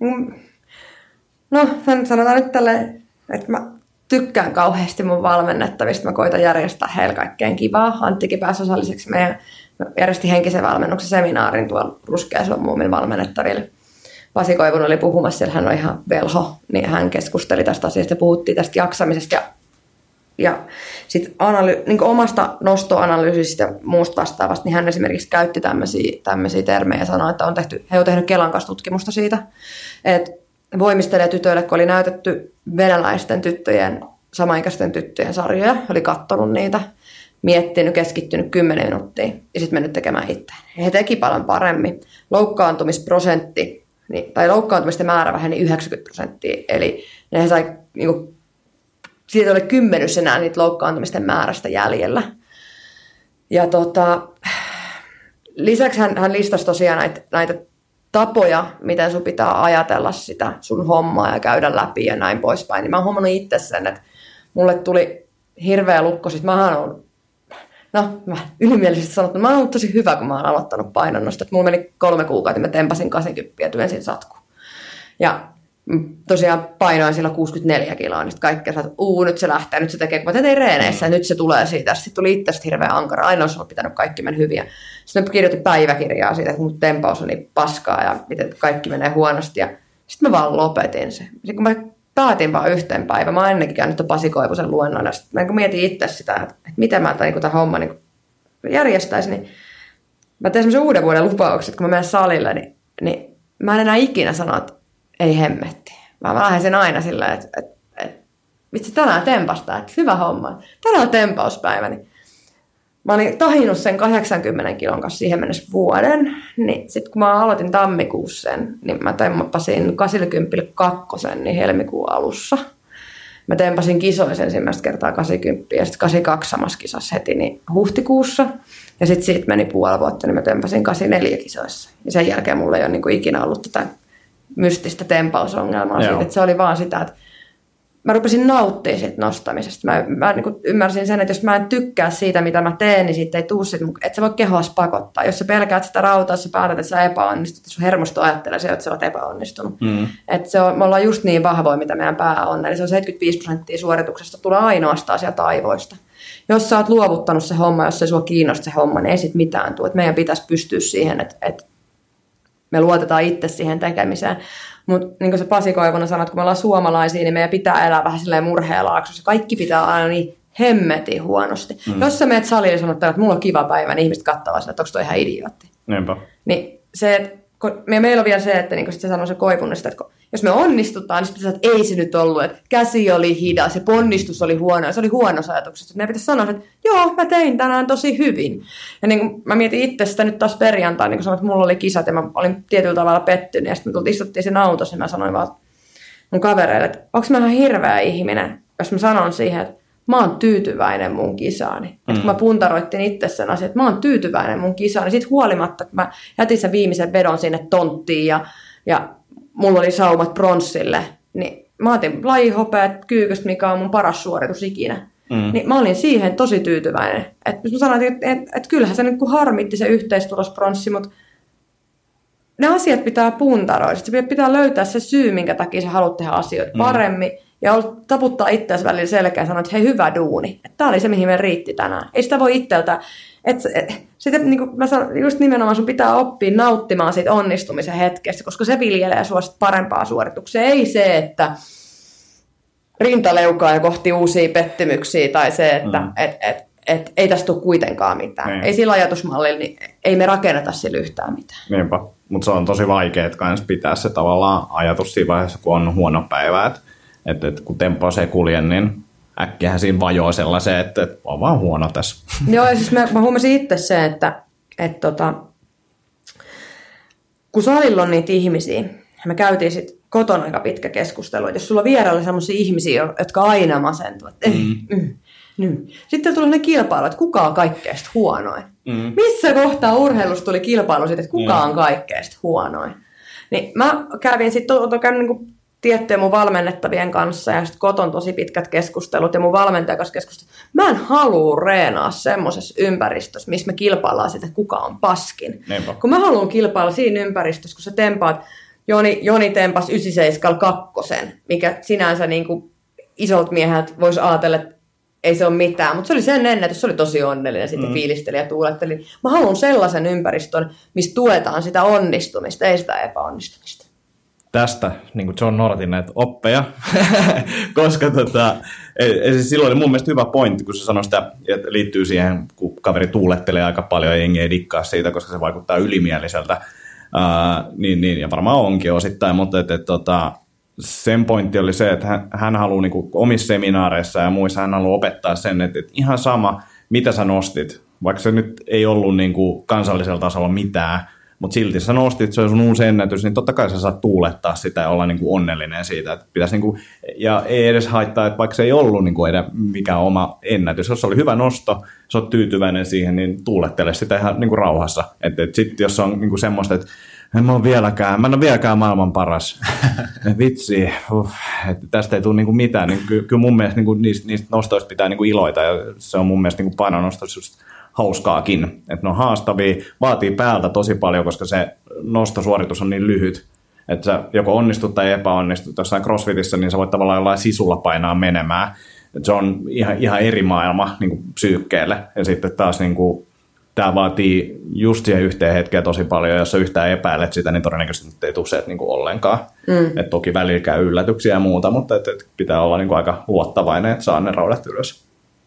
no sanotaan nyt tälleen, että mä tykkään kauheasti mun valmennettavista, mä koitan järjestää heille kaikkeen kivaa. Anttikin pääsi osalliseksi meidän, järjesti henkisen valmennuksen seminaarin tuolla Ruskeasuon muumin valmennettaville. Pasi Koivun oli puhumassa, siellä hän on ihan velho, niin hän keskusteli tästä asiasta ja puhuttiin tästä jaksamisesta. Ja, ja sitten analy- niin omasta nostoanalyysistä ja muusta vastaavasta, niin hän esimerkiksi käytti tämmöisiä, tämmöisiä termejä ja sanoi, että on tehty, he on tehnyt Kelan kanssa tutkimusta siitä, että voimistelijatytöille, kun oli näytetty venäläisten tyttöjen, samaikäisten tyttöjen sarjoja, oli katsonut niitä, miettinyt, keskittynyt kymmenen minuuttia ja sitten mennyt tekemään itse. He teki paljon paremmin. Loukkaantumisprosentti, Niin, tai loukkaantumisten määrä väheni yhdeksänkymmentä prosenttia, eli ne sai, niin kuin, siitä oli kymmenys enää niitä loukkaantumisten määrästä jäljellä. Ja tota, lisäksi hän, hän listasi tosiaan näitä, näitä tapoja, miten sun pitää ajatella sitä sun hommaa ja käydä läpi ja näin poispäin. Niin mä oon huomannut itse sen, että mulle tuli hirveä lukko, sit mähän on No, mä ylimielisesti sanottuna, mä oon ollut tosi hyvä, kun mä oon aloittanut painonnosta. Mulla meni kolme kuukautta, mä tempasin kahdeksankymmentä ja työnsin satkuun. Ja tosiaan painoin sillä kuusikymmentäneljä kiloa, niin sitten kaikki että uu, nyt se lähtee, nyt se tekee, kun mä tein reeneissä, ja nyt se tulee siitä. Sitten tuli itsestä hirveän ankara, aina olisi pitänyt kaikki mennä hyviä. Sitten mä kirjoitin päiväkirjaa siitä, että mun tempaus on niin paskaa ja miten kaikki menee huonosti. Ja sitten mä vaan lopetin se. Sitten kun mä päätin vaan yhteen päivän, mä oon ennenkin käynyt tuon Pasi Koivusen luennoilla, sitten mä mietin itse sitä, että, että miten mä tämän, tämän homman niin järjestäisin, niin mä tein semmoisen uuden vuoden lupauksen, että kun mä menen salille, niin, niin mä en enää ikinä sano, että ei hemmetti. Mä lähden sen aina silleen, että, että, että vitsi tänään tempasta, että hyvä homma. Tänään on tempauspäivä. Niin mä olin tahinut sen kahdeksankymmenen kilon kanssa siihen mennessä vuoden. Niin sitten kun mä aloitin tammikuussa sen, niin mä tempasin kahdeksankymmentäkaksi niin helmikuun alussa. Mä tempasin kisoissa ensimmäistä kertaa kahdeksankymmentä ja sitten kahdeksankymmentäkaksi samassa kisassa heti niin huhtikuussa. Ja sitten siitä meni puoli vuotta, niin mä tempasin kahdeksankymmentäneljä kisoissa. Ja sen jälkeen mulla ei ole niin kuin ikinä ollut tätä mystistä tempausongelmaa siitä, että se oli vaan sitä, että mä rupesin nauttia siitä nostamisesta. Mä, mä niin kuin ymmärsin sen, että jos mä en tykkää siitä, mitä mä teen, niin siitä ei tule sit, että sä voi kehoas pakottaa. Jos sä pelkäät sitä rautaa, sä päätät, että sä epäonnistut, sun hermosto ajattelee se, että sä oot epäonnistunut. Mm. Että se on, me ollaan just niin vahvoja, mitä meidän pää on. Eli se on seitsemänkymmentäviisi prosenttia suorituksesta tulee ainoastaan sieltä aivoista. Jos sä oot luovuttanut se homma, jos se sua kiinnostaa se homma, niin ei sit mitään tule. Meidän pitäisi pystyä siihen, että, että me luotetaan itse siihen tekemiseen. Mutta niin kuin se Pasi Koivunen sanoi, että kun me ollaan suomalaisia, niin meidän pitää elää vähän silleen murheelaaksossa. Kaikki pitää aina niin hemmetin huonosti. Mm. Jos sä meet salille ja sanot, että mulla on kiva päivä, niin ihmiset katsovat sitä, että onko toi ihan idiootti. Niinpä. Niin se, että meillä on vielä se, että niin kuin se sanoi se Koivunen, että jos me onnistutaan, niin sitten että ei se nyt ollut, että käsi oli hidas, se ponnistus oli huono, se oli huono ajatukset. Meidän pitäisi sanoa, että joo, mä tein tänään tosi hyvin. Ja niin kuin mä mietin itse sitä nyt taas perjantaina, niin kuin sanoin, että mulla oli kisat ja mä olin tietyllä tavalla pettynyt. Ja sitten me tultiin, istuttiin sen autossa ja mä sanoin vaan mun kavereille, että onko mä ihan hirveä ihminen, jos mä sanon siihen, että mä oon tyytyväinen mun kisaani. Mm. Että kun mä puntaroittin itse sen asian, että mä oon tyytyväinen mun kisaani. Sitten huolimatta, että mä jätin sen viimeisen vedon sinne tonttiin ja, ja mulla oli saumat pronssille, niin mä otin lajihopeat kyyköstä, mikä on mun paras suoritus ikinä. Mm. Niin mä olin siihen tosi tyytyväinen. Että mä sanoin, että et, et, et kyllähän se niin kuin harmitti se yhteistulospronssi, mutta ne asiat pitää puntaroida. Sitten pitää löytää se syy, minkä takia sä haluat tehdä asioita mm. paremmin. Ja taputtaa itseäsi välillä selkeä ja sanoa, että hei, hyvä duuni. Että tää oli se, mihin me riitti tänään. Ei sitä voi itseltä. Että et, sitten niin kuin mä sanon, just nimenomaan sun pitää oppia nauttimaan siitä onnistumisen hetkestä, koska se viljelee sua parempaa suorituksia. Ei se, että rintaleukaa ja kohti uusia pettymyksiä tai se, että mm. et, et, et, ei tästä tule kuitenkaan mitään. Niin. Ei sillä ajatusmallilla, niin ei me rakenneta sillä yhtään mitään. Niinpä, mutta se on tosi vaikea kans pitää se tavallaan ajatus siinä vaiheessa, kun on huono päivä. Että et, et, kun tempo se kulje, niin äkkiähän siinä vajoo sellaiseen, että, että on vaan huono tässä. Joo, ja siis mä, mä huomasin itse se, että et tota, kun salilla on niitä ihmisiä, me käytiin sitten kotona aika pitkä keskustelu, että jos sulla on vierellä sellaisia ihmisiä, jotka aina masentuu, että mm. mm, mm. Sitten tulee ne kilpailu, että kuka on kaikkeesta huonoin. Mm. Missä kohtaa urheilussa tuli kilpailu siitä, että kuka on kaikkeesta huonoin. Niin mä kävin sitten niinku tiettyjen mun valmennettavien kanssa ja sitten koton tosi pitkät keskustelut ja mun valmentajan kanssa keskustelut. Mä en halua reenaa semmoisessa ympäristössä, missä me kilpaillaan sitä, että kuka on paskin. Neipä. Kun mä haluan kilpailla siinä ympäristössä, kun sä tempaat, Joni, Joni tempas yhdeksänkymmentäseitsemän kakkosen, mikä sinänsä niin kuin isolta mieheltä voisi ajatella, että ei se ole mitään. Mutta se oli sen ennätys, se oli tosi onnellinen, sitten mm. fiilisteli ja tuuletteli. Mä haluan sellaisen ympäristön, missä tuetaan sitä onnistumista, ei sitä epäonnistumista. Tästä niin kuin John Nortin näitä oppeja, koska tota, silloin oli mun mielestä hyvä pointti, kun se sanoi sitä, että liittyy siihen, kun kaveri tuulettelee aika paljon ja jengi ei dikkaa siitä, koska se vaikuttaa ylimieliseltä. Uh, niin, niin, ja varmaan onkin osittain, mutta et, et, tota, sen pointti oli se, että hän, hän haluaa niin kuin omissa seminaareissa ja muissa hän haluaa opettaa sen, että, että ihan sama, mitä sä nostit, vaikka se nyt ei ollut niin kuin kansallisella tasolla mitään, mutta silti sä nostit, se on sun uusi ennätys, niin totta kai sä saat tuulettaa sitä ja olla niin kuin onnellinen siitä. Että pitäisi niin kuin, ja ei edes haittaa, että vaikka se ei ollut niin kuin mikään oma ennätys, jos se oli hyvä nosto, sä oot tyytyväinen siihen, niin tuulettele sitä ihan niin kuin rauhassa. Että et sitten jos on niin kuin semmoista, että en mä, ole vieläkään, mä en ole vieläkään maailman paras, vitsi, uh, että tästä ei tule niin kuin mitään, niin ky- kyllä mun mielestä niin kuin niistä, niistä nostoista pitää niin kuin iloita ja se on mun mielestä niin kuin painonostoissa just hauskaakin, että ne on haastavia, vaatii päältä tosi paljon, koska se nostosuoritus on niin lyhyt, että sä joko onnistut tai epäonnistut. Jossain crossfitissä, niin sä voit tavallaan jollain sisulla painaa menemään. Et se on ihan, ihan eri maailma niin kuin psyykkeelle. Ja sitten taas niin kuin, tämä vaatii just siihen yhteen hetkeen tosi paljon. Jos sä yhtään epäilet sitä, niin todennäköisesti ei tule se niin kuin ollenkaan. Mm. Et toki välillä käy yllätyksiä ja muuta, mutta et, et pitää olla niin kuin aika luottavainen, että saa ne raudat ylös.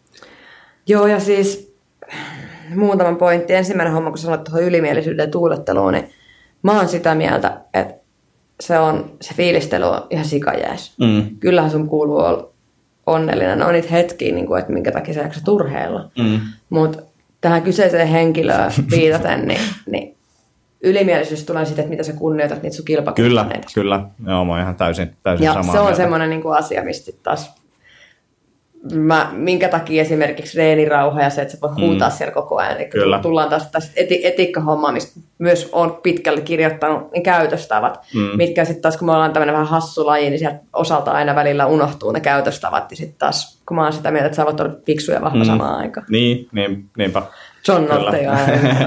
Joo, ja siis muutama pointti. Ensimmäinen homma, kun sanoit tuohon ylimielisyyden tuuletteluun, niin mä oon sitä mieltä, että se, on, se fiilistely on ihan sikajääs. Mm. Kyllähän sun kuuluu olla onnellinen. Ne on niitä hetkiä, niin kuin, että minkä takia sä jaksat urheilla. Mm. Mutta tähän kyseiseen henkilöön viitaten, niin, niin ylimielisyys tulee siitä, että mitä sä kunnioitat niitä sun kilpakumppaneita. Kyllä, kyllä. Joo, mä oon ihan täysin, täysin ja samaa se on mieltä. semmoinen niin kuin asia, mistä taas mä, minkä takia esimerkiksi reenirauha ja se, että sä voi huutaa mm. siellä koko ajan. Eli Kyllä. tullaan taas tästä eti, etiikkahommaa, mistä myös on pitkälle kirjoittanut niin käytöstavat, mm. mitkä sitten taas, kun me ollaan tämmöinen vähän hassu laji, niin sieltä osalta aina välillä unohtuu ne käytöstavat. Ja sitten taas, kun mä oon sitä mieltä, että sä voit olla fiksu ja vahva mm. samaan aikaan. Niin, niin niinpä. John Notte jo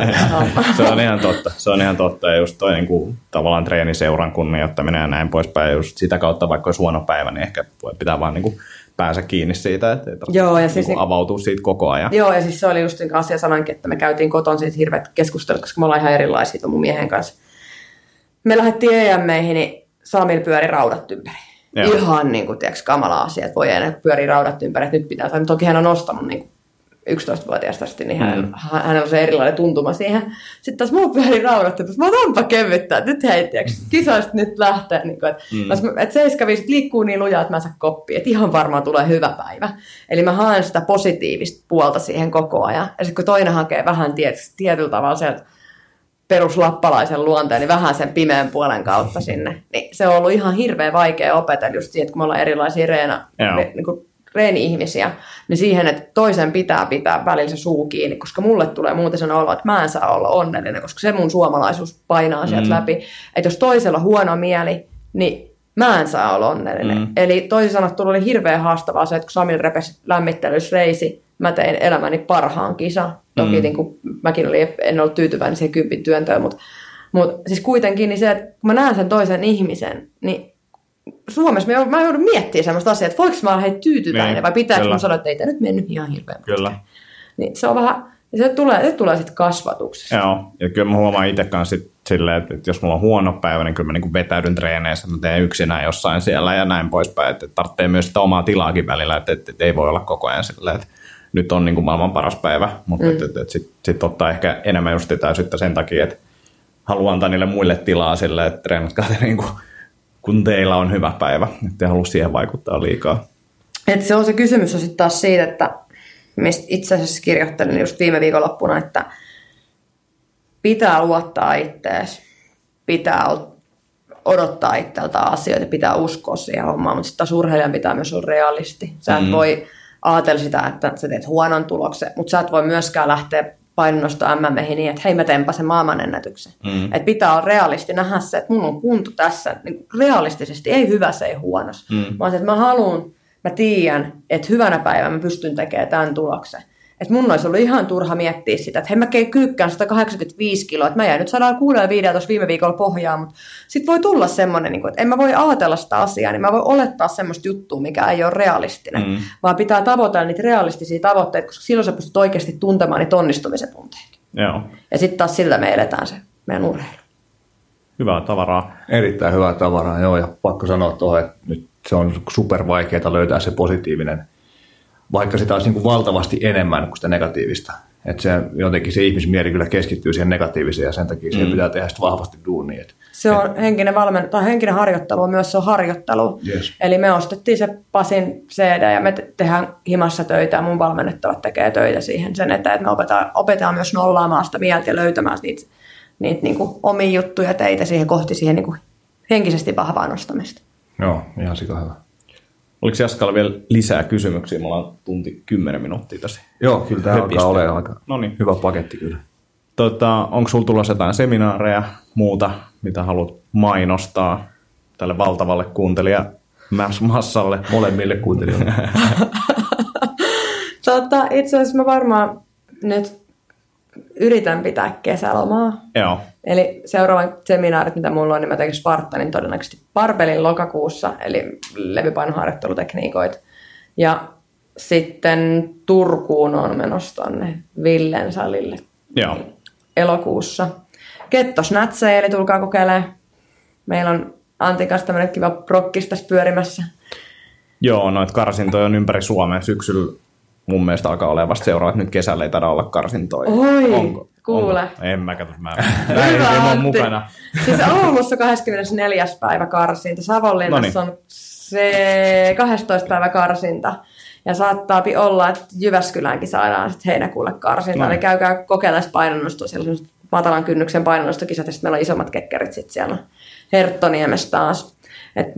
Se on ihan totta. Se on ihan totta. Ja just toi niin kuin, tavallaan treeniseuran kunnioittaminen ja näin poispäin. Ja just sitä kautta, vaikka olisi huono päivä, niin ehkä voi pitää vaan niin kuin päänsä kiinni siitä, että ei tarvitse joo, ja niin siis kuin avautua siitä koko ajan. Joo, ja siis se oli just asia sanankin, että me käytiin koton siitä hirveät keskustelut, koska me ollaan ihan erilaisia mun miehen kanssa. Me lähdettiin E M-meihin, niin Samil pyöri raudat ympäri. Joo. Ihan niin kuin, tiedätkö, kamala asia, että voi enää pyörii raudat ympäri, että nyt pitää. Tai toki hän on nostanut niin kuin yksitoistavuotiaasta asti, niin hän, mm. hänellä on se erilainen tuntuma siihen. Sitten taas mulla pyörii raudat, että mä otanpa kevyttää, että nyt hei, tiedätkö, kisoista nyt lähtee. Niin kuin, että mm. et seiskaviiset liikkuu niin lujaa, että mä en saa koppia, että ihan varmaan tulee hyvä päivä. Eli mä haen sitä positiivista puolta siihen koko ajan. Ja sitten kun toinen hakee vähän tiet, tietyllä tavalla sieltä peruslappalaisen luonteen, niin vähän sen pimeän puolen kautta sinne. Niin se on ollut ihan hirveän vaikea opetella just siihen, että kun me ollaan erilaisia reena, re, niin kuin reeni-ihmisiä, niin siihen, että toisen pitää pitää välillä se suu kiinni, koska mulle tulee muuten sen olo, että mä en saa olla onnellinen, koska se mun suomalaisuus painaa sieltä mm. läpi. Että jos toisella on huono mieli, niin mä en saa olla onnellinen. Mm. Eli toisin sanottuna oli hirveän haastavaa se, että kun Samil repesi lämmittelysreisi, mä tein elämäni parhaan kisa. Toki mm. niin kuin, mäkin olin, en ollut tyytyväinen siihen kympin työntöön, mutta, mutta siis kuitenkin niin se, että kun mä näen sen toisen ihmisen, niin Suomessa mä, mä joudun miettimään sellaista asiaa, että voiko mä olla hei tyytyväinen niin, vai pitääkö mun sanoa, että ei tämä nyt mennyt ihan hirveän Kyllä. Niin se on vähän, se tulee, se tulee sitten kasvatuksesta. Joo, ja kyllä mä huomaan itse kanssa silleen, että jos mulla on huono päivä, niin kyllä mä niin vetäydyn treeneissä, mä teen yksinään jossain siellä ja näin poispäin, että tarvitsee myös sitä omaa tilaakin välillä, että, että, että ei voi olla koko ajan silleen, että nyt on niin kuin maailman paras päivä, mutta mm. sitten sit ottaa ehkä enemmän just sitä sitten sen takia, että haluan antaa niille muille tilaa silleen, että treenatkaa te niin kuin kun teillä on hyvä päivä, ettei halua siihen vaikuttaa liikaa. Et se on se kysymys on sitten taas siitä, että mistä itse asiassa kirjoittelin just viime viikonloppuna, että pitää luottaa ittees, pitää odottaa itseltä asioita, pitää uskoa siihen hommaan, mutta sitten taas urheilijan pitää myös olla realisti. Sä et mm. voi ajatella sitä, että sä teet huonon tuloksen, mutta sä et voi myöskään lähteä painonnosto M M-meihin niin, että hei mä teenpä sen maailmanennätyksen. Mm. Että pitää olla realisti nähdä se, että mun on kunto tässä niin realistisesti, ei hyvässä, ei huonossa. Mm. Vaan se, että mä haluan, mä tiedän, että hyvänä päivänä mä pystyn tekemään tämän tuloksen. Että mun olisi ollut ihan turha miettiä sitä, että hei mä kyykkään sata kahdeksankymmentäviisi kiloa, että mä jäin nyt sata kuusi viidellä tuossa viime viikolla pohjaan, mutta sitten voi tulla semmoinen, että en mä voi ajatella sitä asiaa, niin mä voin olettaa semmoista juttua, mikä ei ole realistinen, mm. vaan pitää tavoitella niitä realistisia tavoitteita, koska silloin sä pystyt oikeasti tuntemaan niitä onnistumisen tunteita. Joo. Ja sitten taas sillä me eletään se meidän urheilu. Hyvää tavaraa. Erittäin hyvää tavaraa, joo, ja pakko sanoa tuohon, että nyt se on super vaikeaa löytää se positiivinen, vaikka sitä olisi niin kuin valtavasti enemmän kuin sitä negatiivista. Että se, jotenkin se ihmismieli kyllä keskittyy siihen negatiiviseen ja sen takia mm. siihen pitää tehdä sitä vahvasti duunia. Et, se on et, henkinen, valmen, tai henkinen harjoittelu on myös se on harjoittelu. Yes. Eli me ostettiin se Pasin C D ja me te- tehdään himassa töitä ja mun valmennettavat tekee töitä siihen sen eteen, että me opetaan, opetaan myös nollaamaan sitä mieltä ja löytämään niitä, niitä niin kuin omia juttuja teitä siihen kohti siihen niin kuin henkisesti vahvaa nostamista. Joo, ihan sika hyvä. Oliko Jaskalla vielä lisää kysymyksiä? Mulla on tunti kymmenen minuuttia tässä. Joo, kyllä tämä alkaa olemaan aika Noniin. hyvä paketti kyllä. Tota, onko sulla tulossa jotain seminaareja, muuta, mitä haluat mainostaa tälle valtavalle kuuntelijamassalle? Molemmille kuuntelijoille. tota, itse asiassa mä varmaan nyt yritän pitää kesälomaa. Joo. Eli seuraavan seminaarit, mitä mulla on, niin mä teen Spartanin todennäköisesti Barbellin lokakuussa, eli levypainoharjoittelutekniikoita. Ja sitten Turkuun on menossa tonne Villen salille Joo. elokuussa. Kettosnätsejä, eli tulkaa kokeilemaan. Meillä on Antin kanssa tämmöinen kiva prokkis tässä pyörimässä. Joo, noita karsintoja on ympäri Suomea syksyllä. Mun mielestä alkaa olemaan vasta seuraavat. Nyt kesällä ei taida olla karsintoja. Oi, onko, kuule. Onko? En mä katso, mä en mukana. Siis Oulussa kahdeskymmenesneljäs päivä karsinta. Savonlinnassa on se kahdestoista päivä karsinta. Ja saattaa olla, että Jyväskyläänkin saadaan sitten heinäkuulle karsinta. Noin. Eli käykää kokeilemaan painonnostoa. Siellä on matalan kynnyksen painonnostokisat. Ja sitten meillä on isommat kekkerit sitten siellä Herttoniemessä taas. Et mä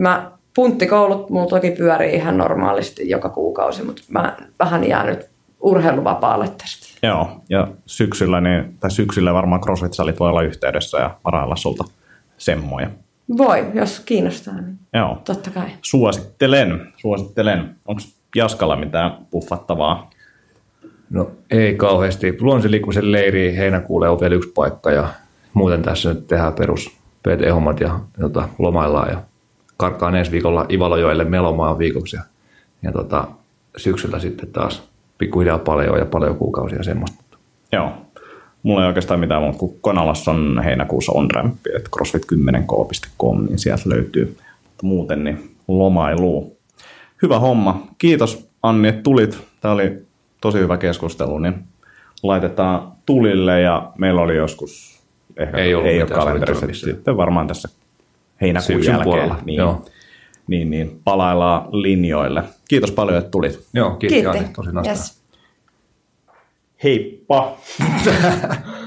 punttikoulut mulla toki pyörii ihan normaalisti joka kuukausi, mutta mä vähän jäänyt urheiluvapaalle tästä. Joo, ja syksyllä, niin, tai syksyllä varmaan CrossFit-salit voi olla yhteydessä ja varailla sulta semmoja. Voi, jos kiinnostaa, niin Joo. totta kai. Suosittelen, suosittelen. Onko Jaskalla mitään puffattavaa? No ei kauheasti. Luonnollisen leiri heinäkuulle on vielä yksi paikka ja muuten tässä nyt tehdään perus P T-hommat ja jota, lomaillaan ja karkkaan ensi viikolla Ivalojoelle melomaan viikoksi ja, ja tota, syksyllä sitten taas pikkuhiljaa paljon ja paljon kuukausia semmoista. Joo. Mulla ei oikeastaan mitään muuta kuin Konalassa on heinäkuussa on-rämpi, että crossfit kymmenen k piste com, niin sieltä löytyy. Mutta muuten niin lomailuu. Hyvä homma. Kiitos Anni, että tulit. Tämä oli tosi hyvä keskustelu, niin laitetaan tulille ja meillä oli joskus, ehkä ei, ei ole kalenterissa, sitten varmaan tässä heinäkuun syksyn jälkeen, puolella. niin, Joo. Niin, niin palaillaan linjoille. Kiitos paljon, että tulit. Joo, kiitos Anni, tosi nastaa. Yes. Heippa!